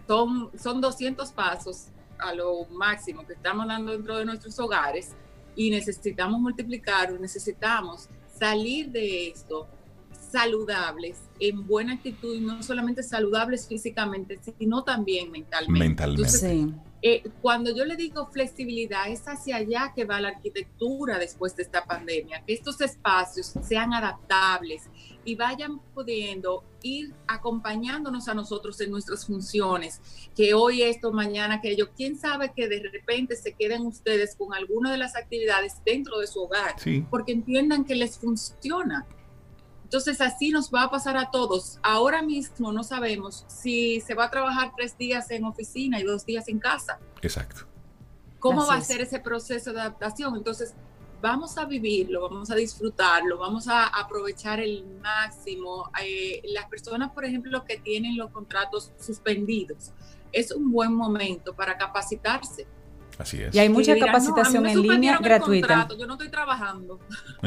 F: Son 200 pasos a lo máximo que estamos dando dentro de nuestros hogares y necesitamos multiplicarlo, necesitamos salir de esto saludables, en buena actitud, y no solamente saludables físicamente, sino también mentalmente. Entonces, sí. Cuando yo le digo flexibilidad, es hacia allá que va la arquitectura después de esta pandemia, que estos espacios sean adaptables y vayan pudiendo ir acompañándonos a nosotros en nuestras funciones, que hoy esto, mañana aquello, quién sabe que de repente se queden ustedes con alguna de las actividades dentro de su hogar, sí, porque entiendan que les funciona. Entonces así nos va a pasar a todos. Ahora mismo no sabemos si se va a trabajar 3 días en oficina y 2 días en casa.
C: Exacto.
F: ¿Cómo va a ser ese proceso de adaptación? Entonces vamos a vivirlo, vamos a disfrutarlo, vamos a aprovechar el máximo. Las personas, por ejemplo, que tienen los contratos suspendidos, es un buen momento para capacitarse.
C: Así es.
B: Y hay mucha
F: dirán,
B: capacitación
F: no,
B: en línea gratuita.
F: Contrato, yo no estoy trabajando.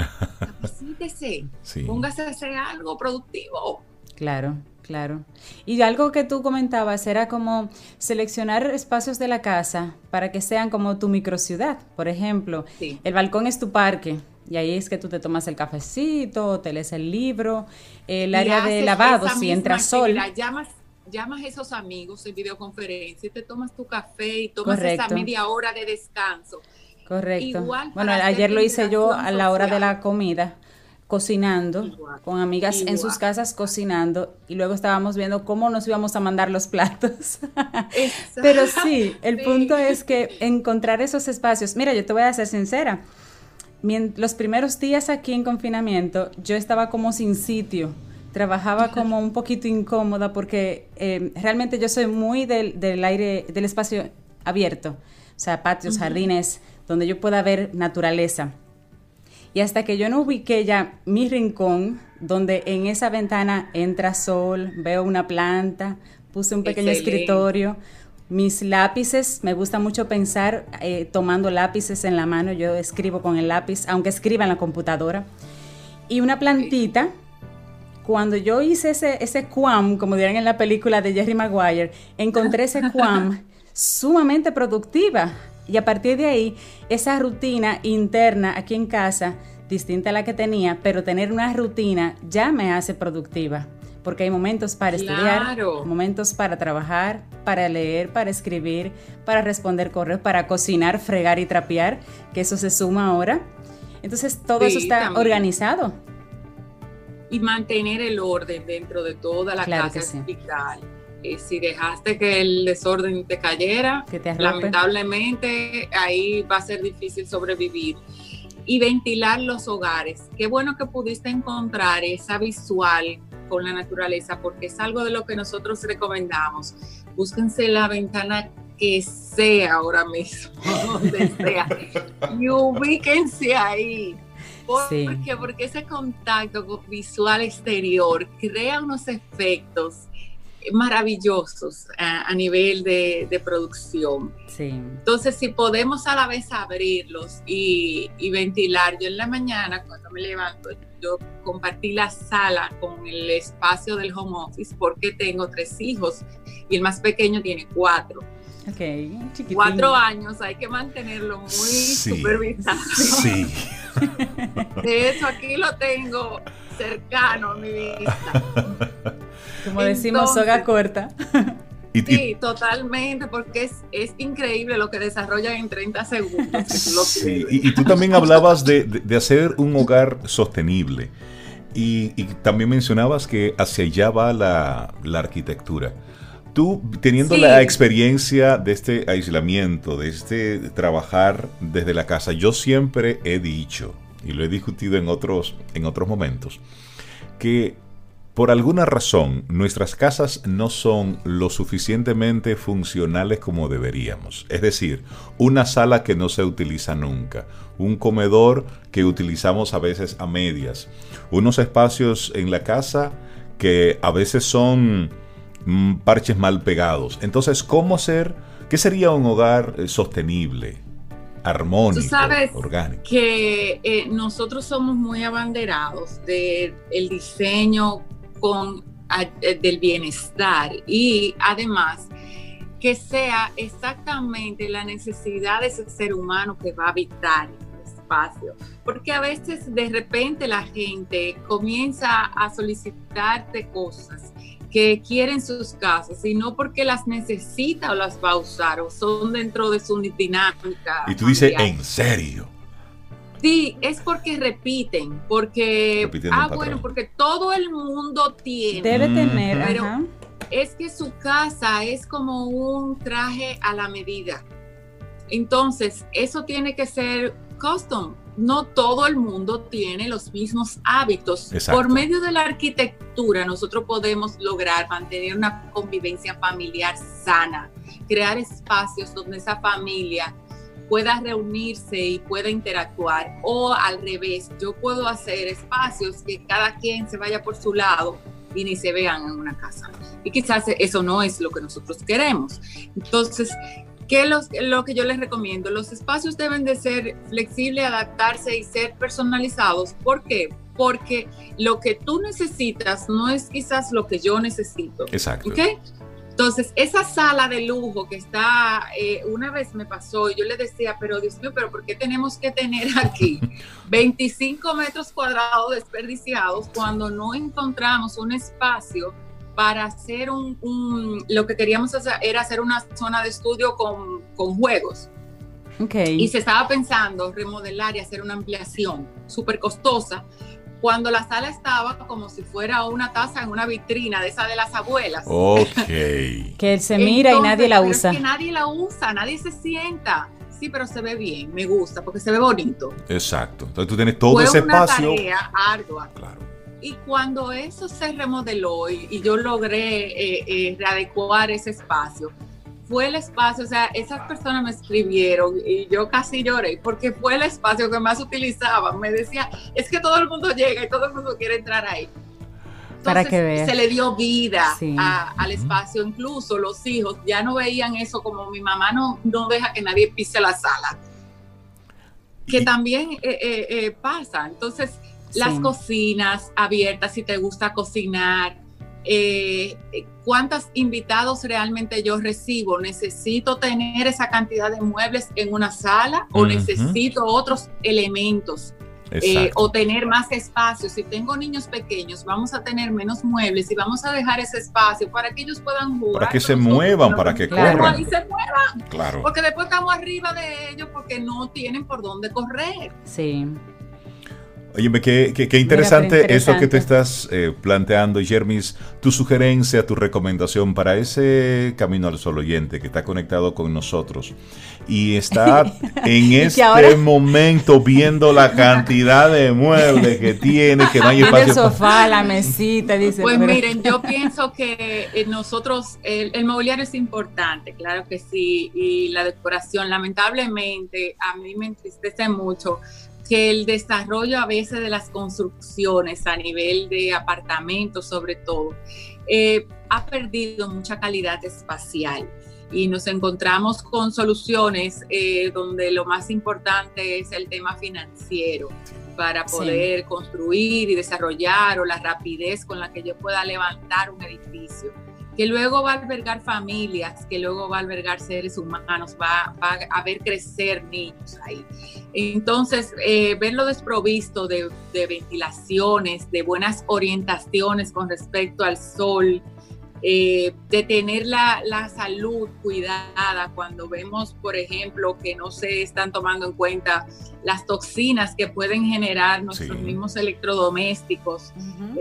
F: Capacítese,
C: Sí.
F: póngase a hacer algo productivo.
B: Claro, claro. Y algo que tú comentabas era como seleccionar espacios de la casa para que sean como tu microciudad. Por ejemplo,
F: Sí.
B: el balcón es tu parque y ahí es que tú te tomas el cafecito, te lees el libro, el área de lavado, si entra sol.
F: Llamas a esos amigos en videoconferencia y te tomas tu café y tomas
B: Correcto.
F: esa media hora de descanso.
B: Correcto.
F: Igual
B: Bueno,
F: para
B: ayer
F: hacer
B: lo hice yo a la hora de
F: social.
B: la comida, cocinando,
F: Igual.
B: con amigas en sus casas cocinando, y luego estábamos viendo cómo nos íbamos a mandar los platos.
F: Exacto.
B: Pero sí, el
F: Sí.
B: punto es que encontrar esos espacios. Mira, yo te voy a ser sincera. Los primeros días aquí en confinamiento, yo estaba como sin sitio. Trabajaba como un poquito incómoda porque realmente yo soy muy del aire, del espacio abierto. O sea, patios, jardines, donde yo pueda ver naturaleza. Y hasta que yo no ubiqué ya mi rincón, donde en esa ventana entra sol, veo una planta, puse un pequeño escritorio, mis lápices, me gusta mucho pensar tomando lápices en la mano, yo escribo con el lápiz, aunque escriba en la computadora, y una plantita. Cuando yo hice ese QAM, como dirán en la película de Jerry Maguire, encontré ese QAM sumamente productiva. Y a partir de ahí, esa rutina interna aquí en casa, distinta a la que tenía, pero tener una rutina ya me hace productiva. Porque hay momentos para estudiar, momentos para trabajar, para leer, para escribir, para responder correos, para cocinar, fregar y trapear, que eso se suma ahora. Entonces todo eso está también organizado.
F: Y mantener el orden dentro de toda la casa es vital. Si dejaste que el desorden te cayera, lamentablemente ahí va a ser difícil sobrevivir. Y ventilar los hogares. Qué bueno que pudiste encontrar esa visual con la naturaleza, porque es algo de lo que nosotros recomendamos. Búsquense la ventana que sea ahora mismo, donde sea, y ubíquense ahí. Porque ese contacto visual exterior crea unos efectos maravillosos a nivel de producción.
B: Sí.
F: Entonces, si podemos a la vez abrirlos y ventilar. Yo en la mañana, cuando me levanto, yo compartí la sala con el espacio del home office porque tengo 3 hijos y el más pequeño tiene 4.
B: Okay,
F: 4 años, hay que mantenerlo muy supervisado.
C: Sí.
F: De hecho, aquí lo tengo cercano a mi vista.
B: Como decimos, soga corta.
F: Sí, totalmente, porque es increíble lo que desarrollan en 30 segundos.
C: Sí, y tú también hablabas de hacer un hogar sostenible. Y también mencionabas que hacia allá va la arquitectura. Tú, teniendo la experiencia de este aislamiento, de este trabajar desde la casa, yo siempre he dicho, y lo he discutido en otros momentos, que por alguna razón nuestras casas no son lo suficientemente funcionales como deberíamos. Es decir, una sala que no se utiliza nunca, un comedor que utilizamos a veces a medias, unos espacios en la casa que a veces son parches mal pegados. Entonces, ¿cómo hacer? ¿Qué sería un hogar sostenible, armónico,
F: tú sabes
C: orgánico?
F: Que nosotros somos muy abanderados del diseño del bienestar y además que sea exactamente la necesidad de ese ser humano que va a habitar el espacio, porque a veces de repente la gente comienza a solicitarte cosas que quieren sus casas y no porque las necesita o las va a usar o son dentro de su dinámica.
C: Y tú dices, ¿en serio?
F: Sí, es porque repiten, porque porque todo el mundo tiene.
B: Debe tener,
F: pero es que su casa es como un traje a la medida. Entonces, eso tiene que ser custom. No todo el mundo tiene los mismos hábitos.
C: Exacto.
F: Por medio de la arquitectura, nosotros podemos lograr mantener una convivencia familiar sana, crear espacios donde esa familia pueda reunirse y pueda interactuar, o al revés, yo puedo hacer espacios que cada quien se vaya por su lado y ni se vean en una casa. Y quizás eso no es lo que nosotros queremos. Entonces, ¿qué es lo que yo les recomiendo? Los espacios deben de ser flexibles, adaptarse y ser personalizados. ¿Por qué? Porque lo que tú necesitas no es quizás lo que yo necesito.
C: Exacto.
F: ¿Okay? Entonces, esa sala de lujo que está, una vez me pasó y yo le decía, pero Dios mío, ¿pero por qué tenemos que tener aquí 25 metros cuadrados desperdiciados cuando no encontramos un espacio para hacer lo que queríamos hacer era hacer una zona de estudio con juegos?
B: Okay.
F: Y se estaba pensando remodelar y hacer una ampliación súper costosa, cuando la sala estaba como si fuera una taza en una vitrina de esa de las abuelas.
C: Ok.
B: Que se mira. Entonces, y nadie la usa.
F: Es que nadie la usa, nadie se sienta. Sí, pero se ve bien, me gusta, porque se ve bonito.
C: Exacto. Entonces tú tienes todo ese espacio.
F: Fue una tarea ardua.
C: Claro.
F: Y cuando eso se remodeló y yo logré readecuar ese espacio, fue el espacio, o sea, esas personas me escribieron y yo casi lloré porque fue el espacio que más utilizaban. Me decía, es que todo el mundo llega y todo el mundo quiere entrar ahí. Entonces,
B: para que veas.
F: Se le dio vida
B: sí.
F: al espacio. Incluso los hijos ya no veían eso como mi mamá no deja que nadie pise la sala. Que también pasa. Entonces, las cocinas abiertas, si te gusta cocinar, cuántos invitados realmente yo recibo, necesito tener esa cantidad de muebles en una sala o necesito otros elementos, o tener más espacio. Si tengo niños pequeños, vamos a tener menos muebles y vamos a dejar ese espacio para que ellos puedan jugar,
C: para que se muevan, para que corran.
F: Y se muevan,
C: claro.
F: Porque después estamos arriba de ellos porque no tienen por dónde correr.
B: Sí.
C: Óyeme, qué interesante eso que tú estás planteando, Yermis. Tu sugerencia, tu recomendación para ese Camino al Sol oyente que está conectado con nosotros y está en este momento viendo la cantidad de muebles que tiene, que no hay espacio.
B: El sofá, la mesita, dice.
F: Pues miren, yo pienso que nosotros, el mobiliario es importante, claro que sí, y la decoración, lamentablemente, a mí me entristece mucho que el desarrollo a veces de las construcciones a nivel de apartamentos sobre todo ha perdido mucha calidad espacial y nos encontramos con soluciones donde lo más importante es el tema financiero para poder construir y desarrollar, o la rapidez con la que yo pueda levantar un edificio que luego va a albergar familias, que luego va a albergar seres humanos, va a ver crecer niños ahí. Entonces, verlo desprovisto de ventilaciones, de buenas orientaciones con respecto al sol, de tener la salud cuidada cuando vemos, por ejemplo, que no se están tomando en cuenta las toxinas que pueden generar nuestros mismos electrodomésticos,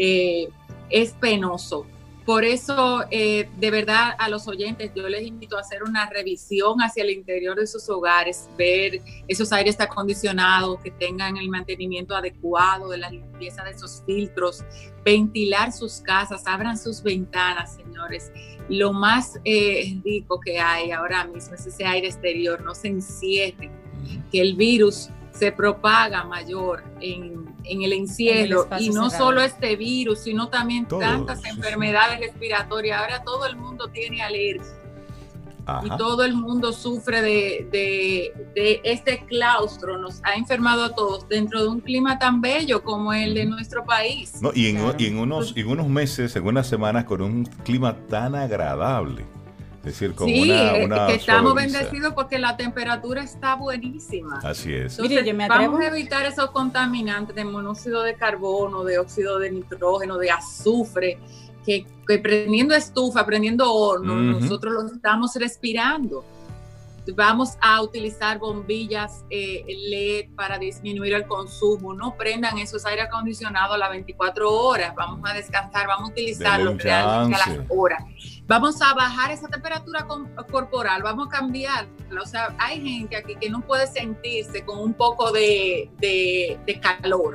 F: es penoso. Por eso, de verdad, a los oyentes yo les invito a hacer una revisión hacia el interior de sus hogares, ver esos aires acondicionados que tengan el mantenimiento adecuado, de la limpieza de esos filtros, ventilar sus casas, abran sus ventanas, señores. Lo más rico que hay ahora mismo es ese aire exterior, no se encierre, que el virus se propaga mayor en el encierro, y no cerrado. Solo este virus, sino también tantas enfermedades respiratorias. Ahora todo el mundo tiene alergia. Ajá. Y todo el mundo sufre de este claustro. Nos ha enfermado a todos dentro de un clima tan bello como el de nuestro país.
C: No, y en unos meses, en unas semanas, con un clima tan agradable. Es decir, con una
F: que estamos bendecidos porque la temperatura está buenísima.
C: Así es.
F: Entonces, mire, vamos a evitar esos contaminantes de monóxido de carbono, de óxido de nitrógeno, de azufre, que prendiendo estufa, prendiendo horno, nosotros los estamos respirando. Vamos a utilizar bombillas LED para disminuir el consumo. No prendan esos aire acondicionados a las 24 horas. Vamos a descansar, vamos a utilizarlos realmente a las horas. Vamos a bajar esa temperatura corporal, vamos a cambiarla. O sea, hay gente aquí que no puede sentirse con un poco de calor.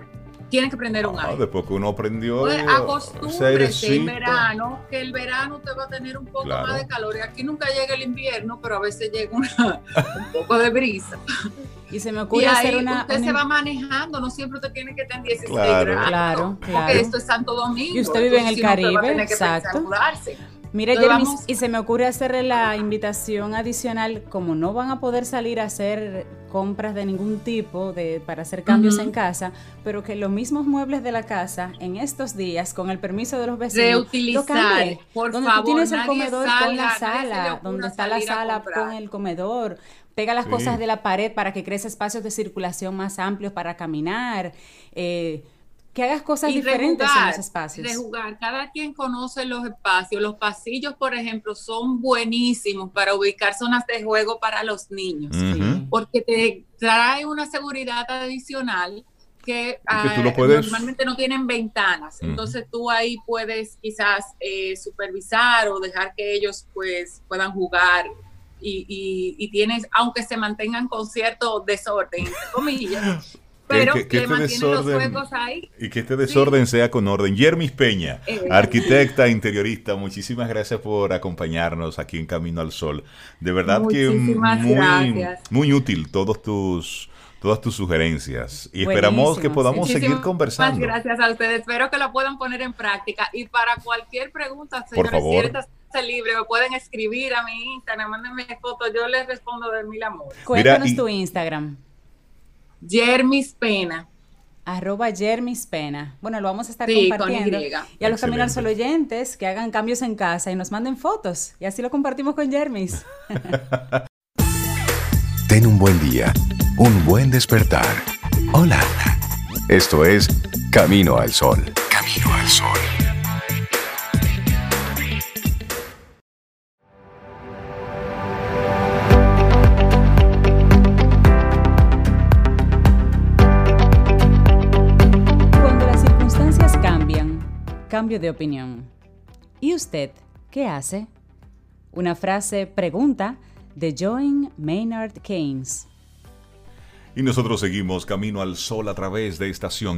F: Tiene que prender un aire.
C: Después que uno aprendió.
F: Pues acostúmbrese en verano, que el verano te va a tener un poco más de calor. Y aquí nunca llega el invierno, pero a veces llega un poco de brisa.
B: Y se me ocurre hacer
F: usted se va manejando, no siempre usted tiene que estar en 16 grados.
B: Claro.
F: Porque esto es Santo Domingo.
B: Y usted vive en el Caribe, exacto. Mire, Jermis, y se me ocurre hacerle la invitación adicional, como no van a poder salir a hacer compras de ningún tipo para hacer cambios en casa, pero que los mismos muebles de la casa en estos días, con el permiso de los vecinos,
F: reutilizar, por
B: donde
F: favor,
B: tú tienes el comedor, pon la sala, donde está la sala, pon el comedor, pega las cosas de la pared para que crees espacios de circulación más amplios para caminar, que hagas cosas diferentes en los espacios.
F: Rejugar. Cada quien conoce los espacios. Los pasillos, por ejemplo, son buenísimos para ubicar zonas de juego para los niños. Porque te trae una seguridad adicional que tú normalmente no tienen ventanas. Entonces tú ahí puedes quizás supervisar o dejar que ellos pues puedan jugar y tienes, aunque se mantengan con cierto desorden, entre comillas, pero que mantienen los juegos ahí.
C: Y que este desorden sea con orden. Jermis Peña, arquitecta, interiorista, muchísimas gracias por acompañarnos aquí en Camino al Sol. De verdad muy útil todas tus sugerencias. Y esperamos que podamos seguir conversando.
F: Muchas gracias a ustedes. Espero que lo puedan poner en práctica. Y para cualquier pregunta, señores,
C: por favor,
F: libre, me pueden escribir a mi Instagram, mándenme fotos, yo les respondo de mil amores.
B: Cuéntanos tu Instagram.
F: Jermis Pena.
B: @JermisPena. Bueno, lo vamos a estar compartiendo. Y a los Camino al Sol oyentes que hagan cambios en casa y nos manden fotos. Y así lo compartimos con Jermis.
A: Ten un buen día, un buen despertar. Hola. Esto es Camino al Sol. Camino al Sol.
B: Cambio de opinión. ¿Y usted qué hace? Una frase pregunta de John Maynard Keynes.
C: Y nosotros seguimos Camino al Sol a través de estación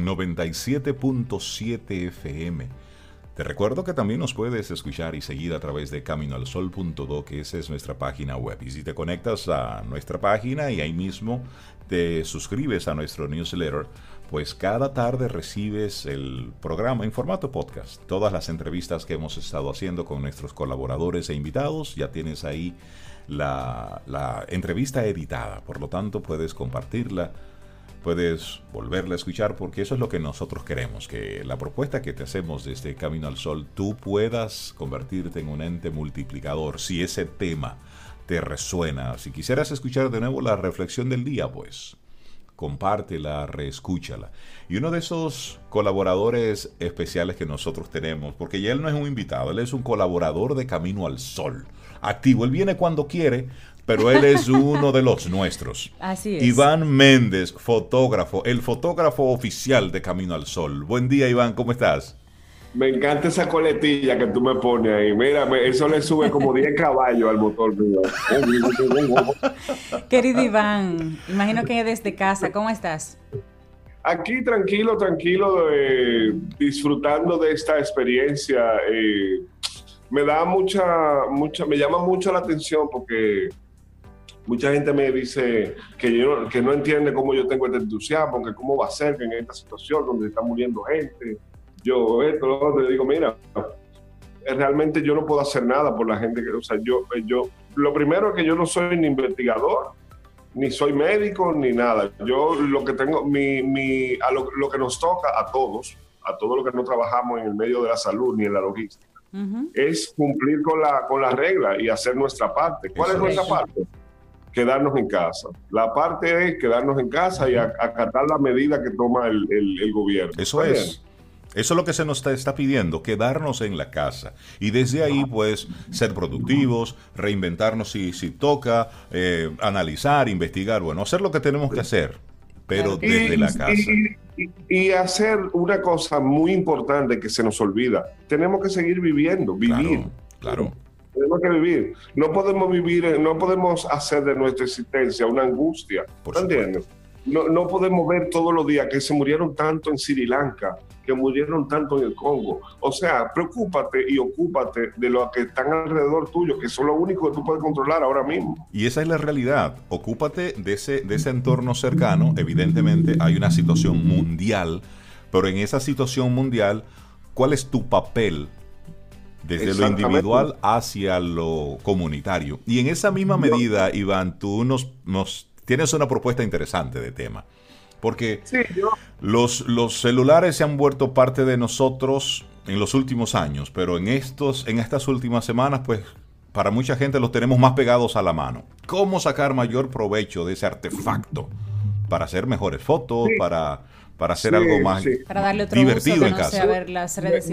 C: 97.7 FM. Te recuerdo que también nos puedes escuchar y seguir a través de caminoalsol.do, que esa es nuestra página web. Y si te conectas a nuestra página y ahí mismo te suscribes a nuestro newsletter, pues cada tarde recibes el programa en formato podcast. Todas las entrevistas que hemos estado haciendo con nuestros colaboradores e invitados, ya tienes ahí la entrevista editada. Por lo tanto, puedes compartirla, puedes volverla a escuchar, porque eso es lo que nosotros queremos, que la propuesta que te hacemos desde Camino al Sol, tú puedas convertirte en un ente multiplicador. Si ese tema te resuena, si quisieras escuchar de nuevo la reflexión del día, pues compártela, reescúchala. Y uno de esos colaboradores especiales que nosotros tenemos, porque ya él no es un invitado, él es un colaborador de Camino al Sol, activo. Él viene cuando quiere, pero él es uno de los nuestros.
B: Así es.
C: Iván Méndez, fotógrafo, el fotógrafo oficial de Camino al Sol. Buen día, Iván, ¿cómo estás?
G: Me encanta esa coletilla que tú me pones ahí. Mira, eso le sube como 10 caballos al motor.
B: Querido Iván, imagino que desde casa, ¿cómo estás?
G: Aquí tranquilo, disfrutando de esta experiencia. Me llama mucho la atención porque mucha gente me dice que no entiende cómo yo tengo este entusiasmo, que cómo va a ser que en esta situación donde se está muriendo gente, yo esto, lo otro, le digo, mira, realmente yo no puedo hacer nada por la gente yo lo primero es que yo no soy ni investigador, ni soy médico, ni nada. Yo lo que tengo, lo que nos toca a todos los que no trabajamos en el medio de la salud ni en la logística, es cumplir con la regla y hacer nuestra parte. ¿Cuál es nuestra parte? Quedarnos en casa. La parte es quedarnos en casa y acatar la medida que toma el gobierno.
C: Eso es. Eso es lo que se nos está pidiendo, quedarnos en la casa. Y desde ahí, pues, ser productivos, reinventarnos si toca, analizar, investigar, bueno, hacer lo que tenemos que hacer, pero desde la casa.
G: Y hacer una cosa muy importante que se nos olvida. Tenemos que seguir viviendo, vivir.
C: Claro.
G: Tenemos que vivir. No podemos hacer de nuestra existencia una angustia. ¿Entiendes? no podemos ver todos los días que se murieron tanto en Sri Lanka, que murieron tanto en el Congo. O sea, preocúpate y ocúpate de los que están alrededor tuyo, que son lo único que tú puedes controlar ahora mismo.
C: Y esa es la realidad. Ocúpate de ese entorno cercano. Evidentemente hay una situación mundial, pero en esa situación mundial, ¿cuál es tu papel desde lo individual hacia lo comunitario? Y en esa misma medida, Iván, tú nos tienes una propuesta interesante de tema. Porque sí, los celulares se han vuelto parte de nosotros en los últimos años, pero en estas últimas semanas, pues, para mucha gente los tenemos más pegados a la mano. ¿Cómo sacar mayor provecho de ese artefacto? Para hacer mejores fotos, sí, para hacer algo más
B: para darle otro
C: divertido
B: uso que
C: en
B: no
C: casa.
B: Sea ver las redes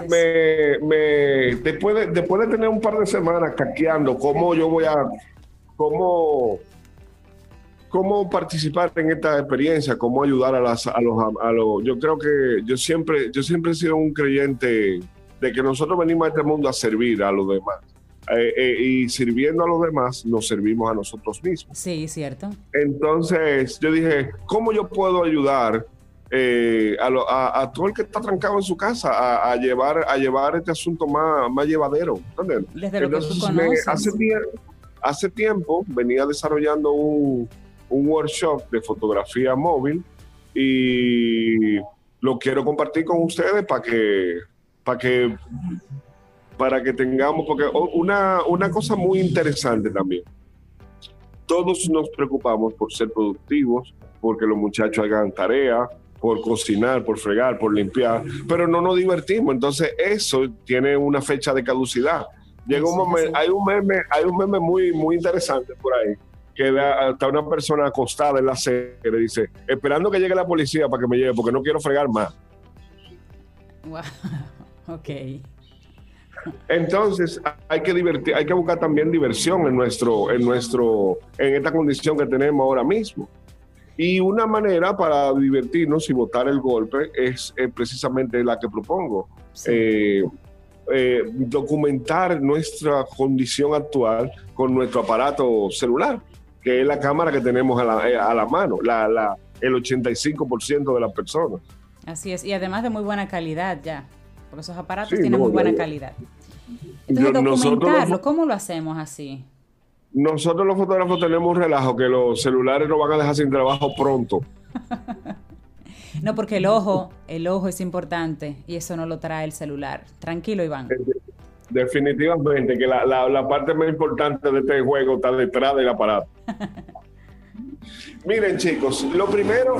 G: después de tener un par de semanas caqueando cómo participar en esta experiencia, cómo ayudar a los. Yo creo que yo siempre he sido un creyente de que nosotros venimos a este mundo a servir a los demás. Y sirviendo a los demás, nos servimos a nosotros mismos.
B: Sí, cierto.
G: Entonces, yo dije, ¿cómo yo puedo ayudar a todo el que está trancado en su casa a llevar este asunto más llevadero? ¿Entendés?
B: Desde lo que tú conoces.
G: Hace tiempo venía desarrollando un workshop de fotografía móvil y lo quiero compartir con ustedes para que tengamos, porque una cosa muy interesante también, todos nos preocupamos por ser productivos, porque los muchachos hagan tarea, por cocinar, por fregar, por limpiar, pero no nos divertimos. Entonces eso tiene una fecha de caducidad. Llega un momento, hay un meme muy, muy interesante por ahí, que hasta una persona acostada en la acera y dice, esperando que llegue la policía para que me lleve, porque no quiero fregar más.
B: Wow. Ok.
G: Entonces hay que buscar también diversión en esta condición que tenemos ahora mismo. Y una manera para divertirnos y botar el golpe es precisamente la que propongo. Sí. Documentar nuestra condición actual con nuestro aparato celular, que es la cámara que tenemos a la mano, el 85% de las personas.
B: Así es, y además de muy buena calidad ya, porque esos aparatos tienen muy buena calidad. Entonces, documentarlo, ¿cómo lo hacemos así?
G: Nosotros los fotógrafos tenemos un relajo que los celulares nos van a dejar sin trabajo pronto.
B: No, porque el ojo es importante y eso no lo trae el celular. Tranquilo, Iván.
G: Definitivamente que la parte más importante de este juego está detrás del aparato. Miren, chicos, lo primero...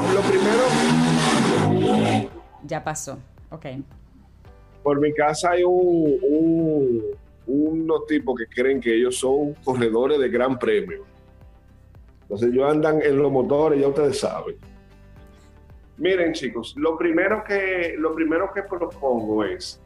B: Ya pasó, ok.
G: Por mi casa hay unos tipos que creen que ellos son corredores de gran premio. Entonces ellos andan en los motores, ya ustedes saben. Miren, chicos, lo primero que propongo es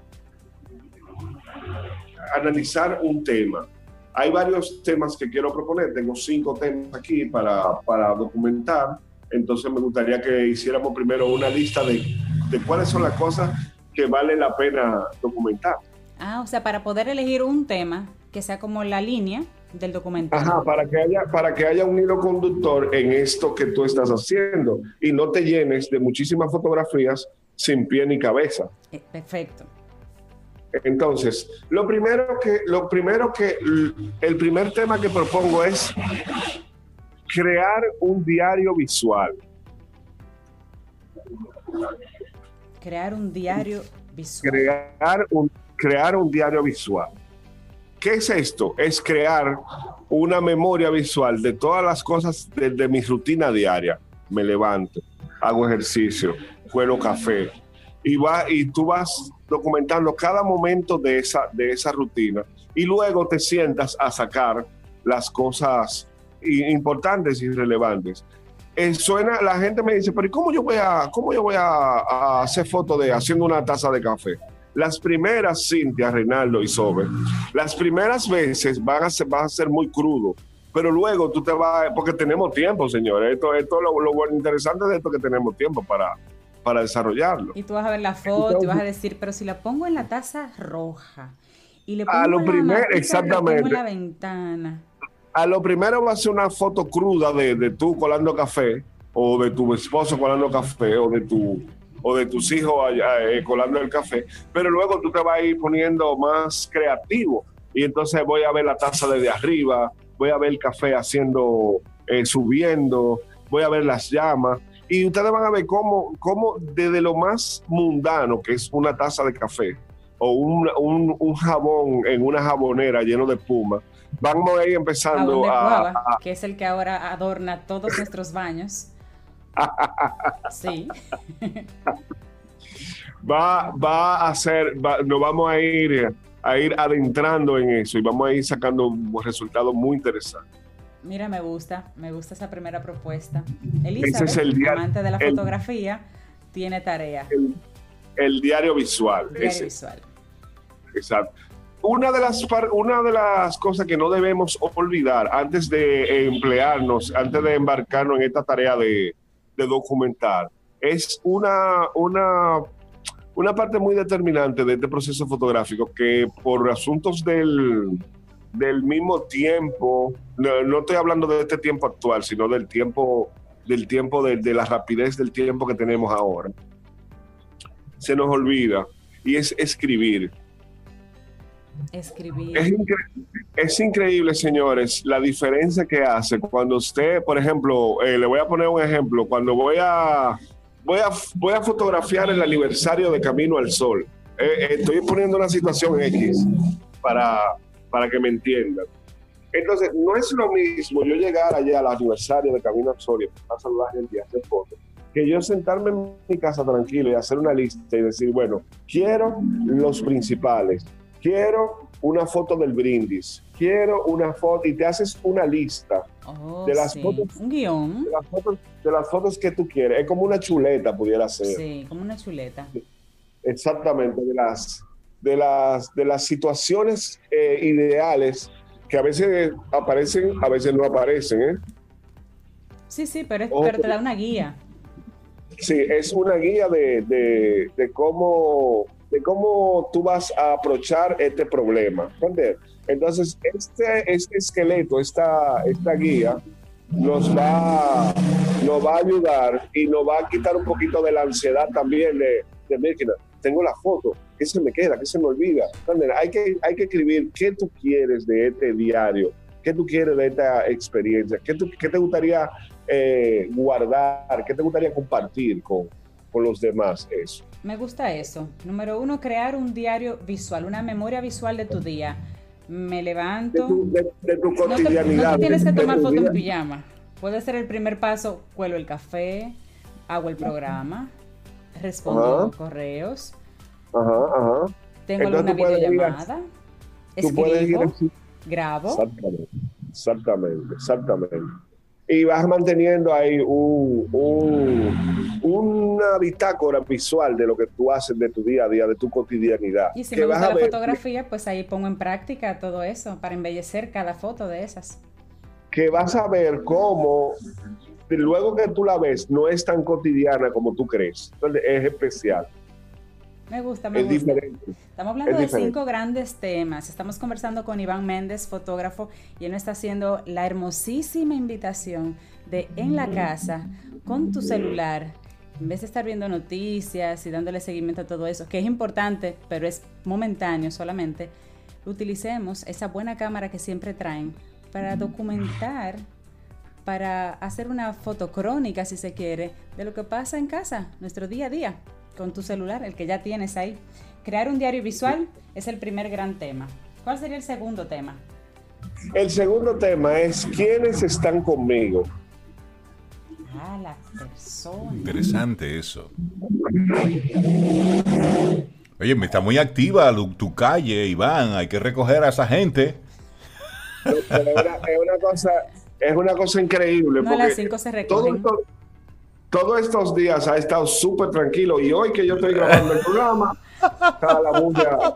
G: analizar un tema. Hay varios temas que quiero proponer. Tengo 5 temas aquí para documentar. Entonces me gustaría que hiciéramos primero una lista de cuáles son las cosas que vale la pena documentar.
B: O sea, para poder elegir un tema que sea como la línea del documental.
G: Ajá, para que haya un hilo conductor en esto que tú estás haciendo y no te llenes de muchísimas fotografías sin pie ni cabeza.
B: Perfecto.
G: Entonces, el primer tema que propongo es crear un diario visual.
B: Crear un diario visual.
G: Crear un diario visual. ¿Qué es esto? Es crear una memoria visual de todas las cosas de mi rutina diaria. Me levanto, hago ejercicio, cuelo café y tú vas documentando cada momento de esa rutina y luego te sientas a sacar las cosas importantes y relevantes. La gente me dice, pero ¿cómo yo voy a hacer fotos haciendo una taza de café? Las primeras, Cintia, Reinaldo y Sobe, las primeras veces vas a ser muy crudo, pero luego tú te vas, porque tenemos tiempo, señores. Esto es lo interesante de esto, que tenemos tiempo para desarrollarlo.
B: Y tú vas a ver la foto y vas a decir, pero si la pongo en la taza roja y le pongo
G: exactamente,
B: en la ventana.
G: A lo primero va a ser una foto cruda de tú colando café o de tu esposo colando café, o de tus hijos colando el café, pero luego tú te vas a ir poniendo más creativo, y entonces voy a ver la taza desde arriba, voy a ver el café subiendo, voy a ver las llamas, y ustedes van a ver cómo desde lo más mundano, que es una taza de café, o un jabón en una jabonera lleno de espuma, vamos a ir empezando
B: que es el que ahora adorna todos nuestros baños. Sí.
G: Nos vamos a ir adentrando en eso y vamos a ir sacando resultados muy interesantes.
B: Mira, me gusta esa primera propuesta. Elizabeth, amante de la fotografía, tiene tarea.
G: El diario visual. Exacto. Una de las cosas que no debemos olvidar antes de embarcarnos en esta tarea de documentar, es una parte muy determinante de este proceso fotográfico, que por asuntos del mismo tiempo, no estoy hablando de este tiempo actual, sino del tiempo de la rapidez del tiempo que tenemos ahora, se nos olvida, y es escribir. Es increíble, señores, la diferencia que hace cuando usted, por ejemplo, le voy a poner un ejemplo, cuando voy a fotografiar el aniversario de Camino al Sol. Estoy poniendo una situación X para que me entiendan. Entonces, no es lo mismo yo llegar allá al aniversario de Camino al Sol y empezar a saludar gente y hacer fotos, que yo sentarme en mi casa tranquilo y hacer una lista y decir, bueno, quiero los principales, quiero una foto del brindis, quiero una foto, y te haces una lista de las fotos,
B: un guión,
G: de las fotos que tú quieres. Es como una chuleta, pudiera ser.
B: Sí, como una chuleta.
G: Exactamente, de las situaciones ideales que a veces aparecen, a veces no aparecen,
B: Sí, pero te da una guía.
G: Sí, es una guía de cómo tú vas a aprovechar este problema. ¿Entendés? Entonces, este esqueleto, esta guía, nos va a ayudar y nos va a quitar un poquito de la ansiedad también de mira, tengo la foto, ¿qué se me queda? ¿Qué se me olvida? ¿Entendés? Hay que escribir qué tú quieres de este diario, qué tú quieres de esta experiencia, qué te gustaría guardar, qué te gustaría compartir con los demás. Eso.
B: Me gusta eso. Número 1, crear un diario visual, una memoria visual de tu día. Me levanto.
G: De tu cotidianidad.
B: No te tienes que tomar foto en pijama. Puede ser el primer paso. Cuelo el café, hago el programa, respondo correos. Tengo alguna videollamada. Escribo, grabo. Exactamente. Y vas manteniendo ahí
G: una bitácora visual de lo que tú haces de tu día a día, de tu cotidianidad.
B: Y si me gusta la fotografía, pues ahí pongo en práctica todo eso para embellecer cada foto de esas.
G: Que vas a ver cómo, luego que tú la ves, no es tan cotidiana como tú crees. Entonces, es especial.
B: Me gusta. Diferente. Estamos hablando de 5 grandes temas. Estamos conversando con Iván Méndez, fotógrafo, y él nos está haciendo la hermosísima invitación de en la casa, con tu celular, en vez de estar viendo noticias y dándole seguimiento a todo eso, que es importante, pero es momentáneo solamente, utilicemos esa buena cámara que siempre traen para documentar, para hacer una fotocrónica, si se quiere, de lo que pasa en casa, nuestro día a día, con tu celular, el que ya tienes ahí. Crear un diario visual es el primer gran tema. ¿Cuál sería el segundo tema?
G: El segundo tema es ¿quiénes están conmigo?
B: La persona.
C: Interesante eso. Oye, me está muy activa tu calle, Iván. Hay que recoger a esa gente.
G: Es una cosa increíble.
B: No, a las 5 se recogen.
G: Todos estos días ha estado súper tranquilo, y hoy que yo estoy grabando el programa, está la bulla.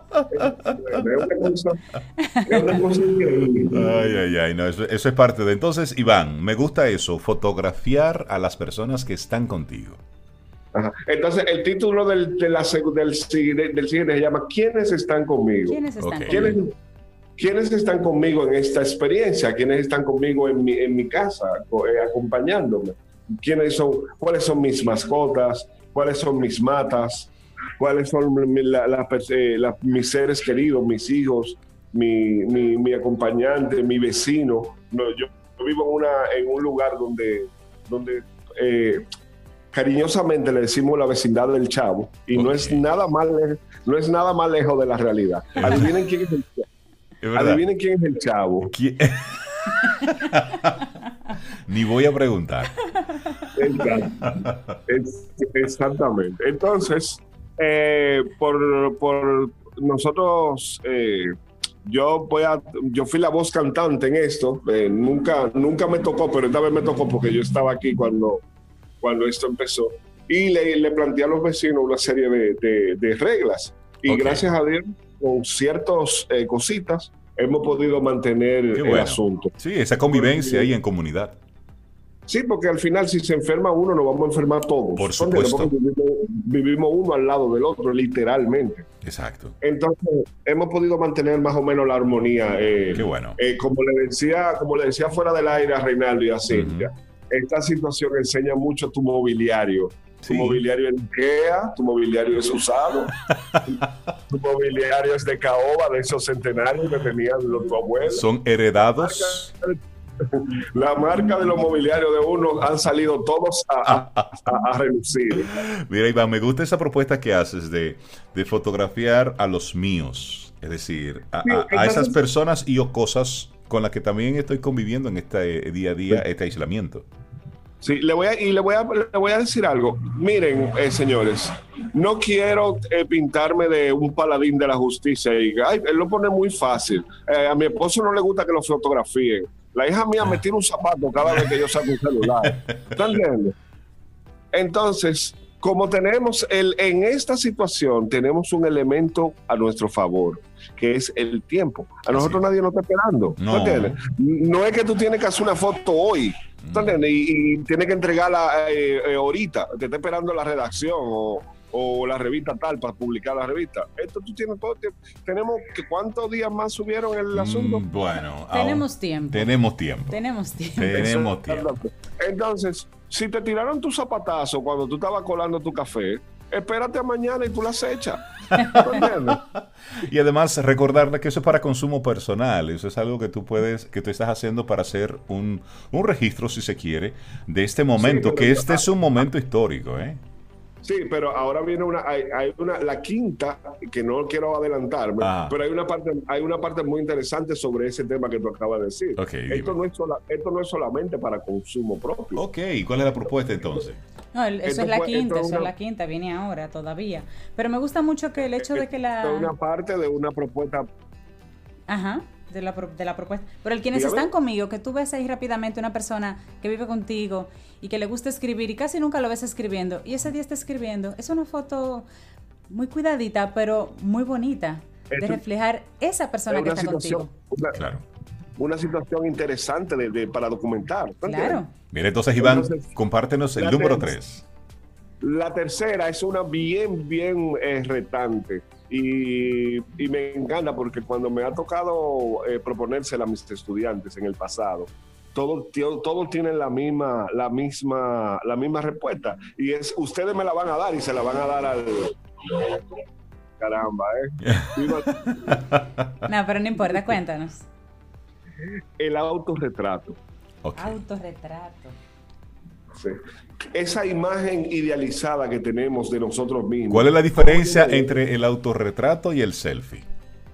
G: Es una cosa increíble.
C: Ay, no, eso es parte de... Entonces, Iván, me gusta eso, fotografiar a las personas que están contigo.
G: Ajá. Entonces, el título del siguiente se llama ¿Quiénes están conmigo?
B: ¿Quiénes están conmigo?
G: ¿Quiénes están conmigo en esta experiencia? ¿Quiénes están conmigo en mi casa, acompañándome? cuáles son mis mascotas, cuáles son mis matas, cuáles son mis seres queridos, mis hijos, mi acompañante, mi vecino. No, yo vivo en un lugar donde cariñosamente le decimos la vecindad del Chavo, y no es nada más lejos de la realidad. Adivinen quién es el Chavo. Adivinen quién es el Chavo.
C: Ni voy a preguntar.
G: Exactamente. Entonces, por nosotros, yo fui la voz cantante en esto. Nunca me tocó, pero esta vez me tocó porque yo estaba aquí cuando esto empezó. Y le planteé a los vecinos una serie de reglas. Y gracias a Dios, con ciertas cositas, hemos podido mantener el asunto.
C: Sí, esa convivencia ahí en comunidad.
G: Sí, porque al final si se enferma uno, nos vamos a enfermar todos.
C: Por supuesto.
G: Porque vivimos uno al lado del otro, literalmente.
C: Exacto.
G: Entonces, hemos podido mantener más o menos la armonía.
C: Qué bueno.
G: Como le decía fuera del aire a Reinaldo y a Cintia, esta situación enseña mucho tu mobiliario. Tu mobiliario es IKEA, tu mobiliario es usado, tu mobiliario es de caoba, de esos centenarios que tenían tu abuelo.
C: Son heredados.
G: La marca de los mobiliarios de uno han salido todos a relucir.
C: Mira, Iván, me gusta esa propuesta que haces de fotografiar a los míos, es decir, a esas personas y o cosas con las que también estoy conviviendo en este día a día, este aislamiento.
G: Sí, le voy a decir algo. Miren, señores, no quiero pintarme de un paladín de la justicia y él lo pone muy fácil. A mi esposo no le gusta que lo fotografíen. La hija mía me tira un zapato cada vez que yo saco un celular. ¿Entiendes? Entonces, como tenemos en esta situación, tenemos un elemento a nuestro favor, que es el tiempo. A nosotros nadie nos está esperando.
C: No.
G: ¿Entiendes? No es que tú tienes que hacer una foto hoy, ¿entiendes? Y tienes que entregarla ahorita. Te está esperando la redacción o la revista tal para publicar la revista. Esto tú tienes todo el tiempo. Tenemos ¿cuántos días más subieron el asunto?
C: Bueno,
B: tenemos tiempo.
G: Entonces, si te tiraron tu zapatazo cuando tú estabas colando tu café, espérate a mañana y tú las echas.
C: Y además recordarle que eso es para consumo personal. Eso es algo que tú estás haciendo para hacer un registro, si se quiere, de este momento, que este es un momento histórico, ¿eh?
G: Sí, pero ahora viene la quinta, que no quiero adelantarme, pero hay una parte muy interesante sobre ese tema que tú acabas de decir. Esto no es solamente para consumo propio.
C: Ok, ¿cuál es la propuesta entonces?
B: No, eso es la quinta, viene ahora todavía. Pero me gusta mucho que el hecho de que
G: es una parte de una propuesta.
B: Ajá. De la propuesta. Pero quienes están conmigo, que tú ves ahí rápidamente una persona que vive contigo y que le gusta escribir y casi nunca lo ves escribiendo, y ese día está escribiendo, es una foto muy cuidadita, pero muy bonita, de reflejar esa persona que está contigo.
G: Una situación interesante para documentar.
B: Claro.
C: Mira, entonces, Iván, compártenos el número 3.
G: La tercera es una bien retante. Y me encanta porque cuando me ha tocado proponérsela a mis estudiantes en el pasado, todos tienen la misma respuesta. Y es, ustedes me la van a dar y se la van a dar al... Caramba,
B: No, pero no importa, cuéntanos.
G: El autorretrato.
B: Autorretrato.
G: Sí. Esa imagen idealizada que tenemos de nosotros mismos.
C: ¿Cuál es la diferencia entre el autorretrato y el selfie?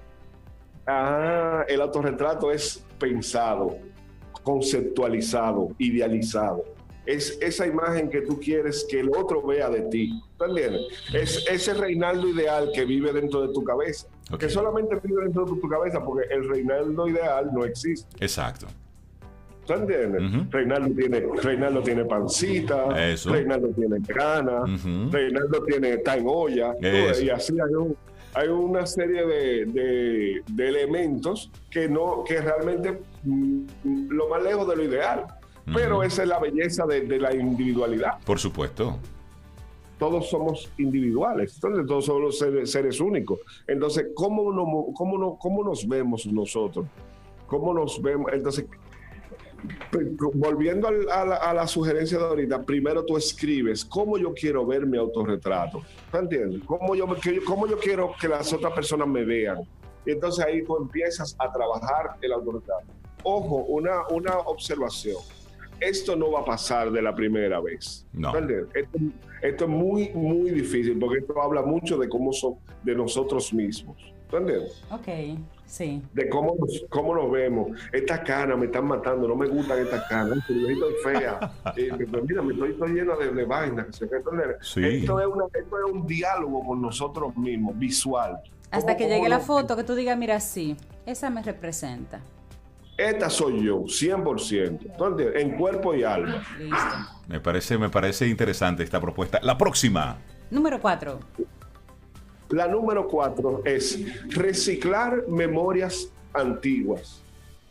G: El autorretrato es pensado, conceptualizado, idealizado. Es esa imagen que tú quieres que el otro vea de ti. ¿Entiendes? Es ese Reinaldo ideal que vive dentro de tu cabeza. Que solamente vive dentro de tu cabeza porque el Reinaldo ideal no existe.
C: Exacto.
G: ¿Tú entiendes? Reinaldo tiene pancita,
C: Eso.
G: Reinaldo tiene grana, Reinaldo está en olla, y así hay una serie de elementos que realmente lo más lejos de lo ideal. Pero esa es la belleza de la individualidad.
C: Por supuesto.
G: Todos somos individuales, entonces todos somos seres únicos. Entonces, ¿cómo nos vemos nosotros? ¿Cómo nos vemos? Entonces, volviendo a la sugerencia de ahorita, primero tú escribes cómo yo quiero ver mi autorretrato. ¿Me entiendes? Cómo yo quiero que las otras personas me vean. Y entonces ahí tú empiezas a trabajar el autorretrato. Ojo, una observación. Esto no va a pasar de la primera vez.
C: No.
G: Esto es muy, muy difícil porque esto habla mucho de cómo son de nosotros mismos. ¿Entiendes?
B: Ok, sí.
G: De cómo nos vemos. Estas canas me están matando, no me gustan estas canas. Estoy fea. Mira, estoy llena de vainas.
C: Sí.
G: Esto es un diálogo con nosotros mismos, visual.
B: Hasta que llegue la foto que tú digas, mira, sí, esa me representa.
G: Esta soy yo, 100%. ¿Entiendes? En cuerpo y alma.
B: Listo.
C: Me parece interesante esta propuesta. La próxima.
B: Número 4.
G: La número 4 es reciclar memorias antiguas.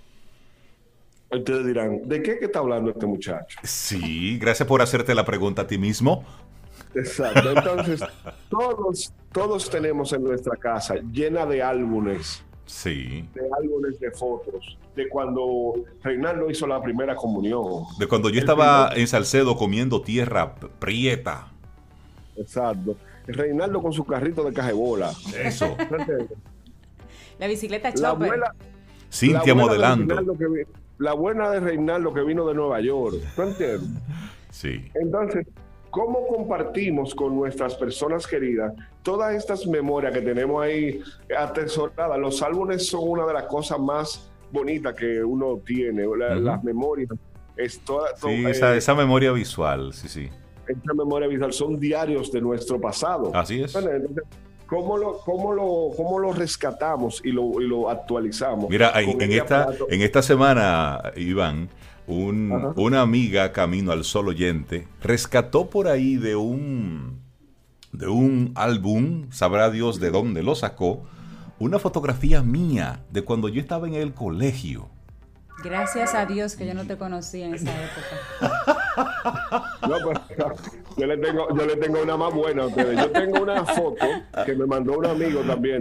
G: Ustedes dirán, ¿de qué está hablando este muchacho?
C: Sí, gracias por hacerte la pregunta a ti mismo.
G: Exacto. Entonces, todos tenemos en nuestra casa llena de álbumes.
C: Sí.
G: De álbumes de fotos. De cuando Reinaldo hizo la primera comunión.
C: De cuando yo estaba en Salcedo comiendo tierra prieta.
G: Exacto. Reinaldo con su carrito de cajebola.
C: Eso.
B: La bicicleta Chopper.
C: Cintia modelando.
G: La buena de Reinaldo que vino de Nueva York. ¿No entiendes?
C: Sí.
G: Entonces, ¿cómo compartimos con nuestras personas queridas todas estas memorias que tenemos ahí atesoradas? Los álbumes son una de las cosas más bonitas que uno tiene. Las memorias.
C: Esa memoria visual, sí.
G: Esta memoria visual son diarios de nuestro pasado.
C: Así es.
G: Entonces, ¿cómo lo rescatamos y lo actualizamos?
C: Mira, en esta semana, Iván, una amiga Camino al Sol oyente rescató por ahí de un álbum, sabrá Dios de dónde lo sacó, una fotografía mía de cuando yo estaba en el colegio.
B: Gracias a Dios que yo no te conocí en esa época.
G: No, pues, yo le tengo una más buena a ustedes. Yo tengo una foto que me mandó un amigo también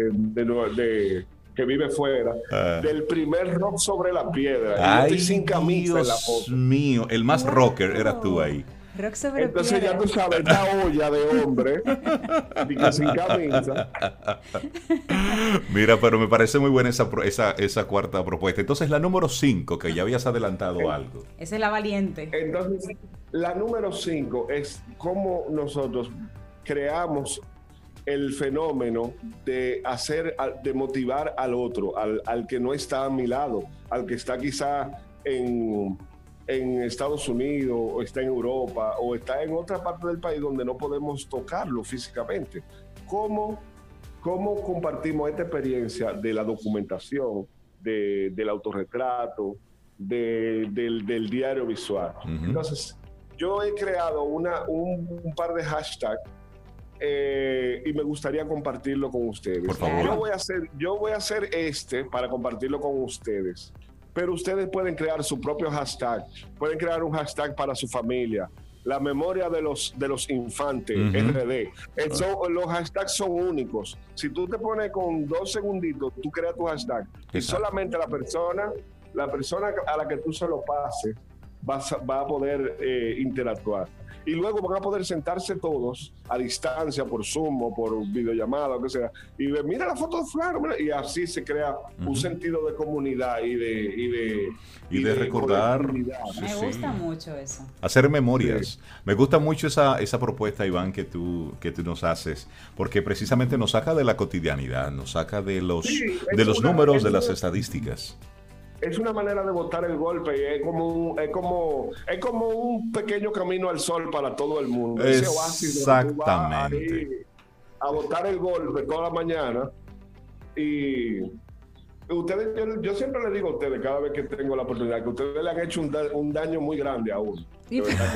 G: que vive fuera, del primer rock sobre la piedra.
C: Ay,
G: yo estoy sin camisa en la foto.
C: Dios mío, el más rocker eras tú ahí.
B: Rock sobre
G: Entonces
B: piedra.
G: ya tú sabes, esta olla de hombre y que sin camisa.
C: Mira, pero me parece muy buena esa cuarta propuesta. Entonces la número 5, que ya habías adelantado algo.
B: Esa es la valiente.
G: Entonces, la número 5 es cómo nosotros creamos el fenómeno de motivar al otro, al que no está a mi lado, al que está quizá en Estados Unidos, o está en Europa, o está en otra parte del país donde no podemos tocarlo físicamente. ¿Cómo compartimos esta experiencia de la documentación, del autorretrato, del diario visual?
C: Uh-huh.
G: Entonces, yo he creado un par de hashtags y me gustaría compartirlo con ustedes.
C: Por favor.
G: Yo voy a hacer para compartirlo con ustedes. Pero ustedes pueden crear su propio hashtag. Pueden crear un hashtag para su familia. La memoria de los infantes, RD. Los hashtags son únicos. Si tú te pones con 2 segunditos, tú creas tu hashtag.
C: Exacto.
G: Y solamente la persona a la que tú se lo pases va a poder interactuar. Y luego van a poder sentarse todos a distancia por Zoom o por videollamada o lo que sea y ver, mira la foto de fulano, y así se crea un sentido de comunidad y de
C: recordar.
B: Me gusta mucho eso.
C: Hacer memorias.
G: Sí.
C: Me gusta mucho esa propuesta, Iván, que tú nos haces, porque precisamente nos saca de la cotidianidad, nos saca de los números, de las estadísticas.
G: Es una manera de botar el golpe y es como un pequeño camino al sol para todo el mundo. Ese oasis donde tú vas ahí a botar el golpe toda la mañana. Y ustedes, yo siempre le digo a ustedes cada vez que tengo la oportunidad que ustedes le han hecho un daño muy grande a uno. De verdad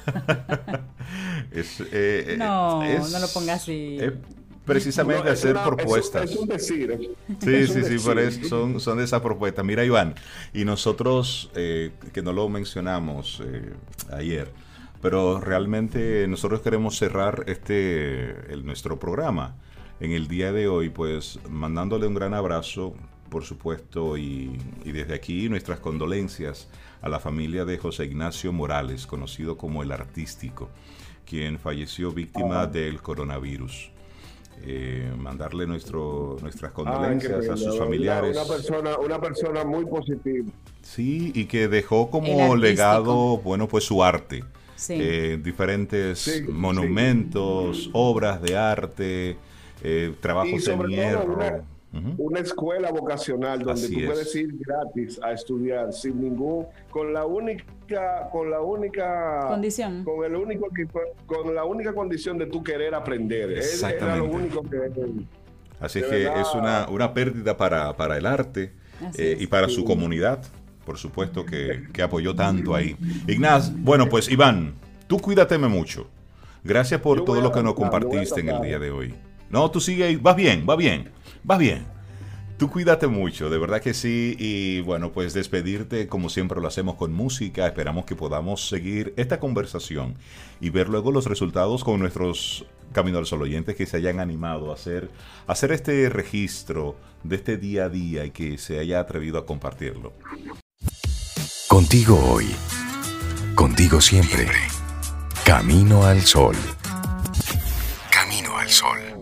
G: que sí.
B: No lo pongas así.
C: Precisamente hacer propuestas.
G: Es un decir.
C: Sí, por eso son de esas propuestas. Mira, Iván, y nosotros, que no lo mencionamos ayer, pero realmente nosotros queremos cerrar nuestro programa en el día de hoy, pues mandándole un gran abrazo por supuesto, y desde aquí nuestras condolencias a la familia de José Ignacio Morales, conocido como el Artístico, quien falleció víctima del coronavirus. Mandarle nuestras condolencias a sus familiares.
G: Una persona muy positiva.
C: Sí, y que dejó como legado, bueno, pues su arte. Sí. Diferentes monumentos, obras de arte, trabajos en hierro.
G: Una escuela vocacional donde tú puedes ir gratis a estudiar sin ningún, con la única
B: condición,
G: con la única condición de tú querer aprender. Era lo único que.
C: Así es que es una pérdida para el arte y para su comunidad, por supuesto, que apoyó tanto ahí. Ignaz, bueno, pues Iván, tú cuídateme mucho. Gracias por todo lo que nos compartiste en el día de hoy. No, tú sigue ahí, vas bien. Tú cuídate mucho, de verdad que sí. Y bueno, pues despedirte como siempre lo hacemos con música. Esperamos que podamos seguir esta conversación y ver luego los resultados con nuestros Camino al Sol oyentes que se hayan animado a hacer este registro de este día a día y que se haya atrevido a compartirlo.
A: Contigo hoy, contigo siempre. Camino al Sol. Camino al Sol.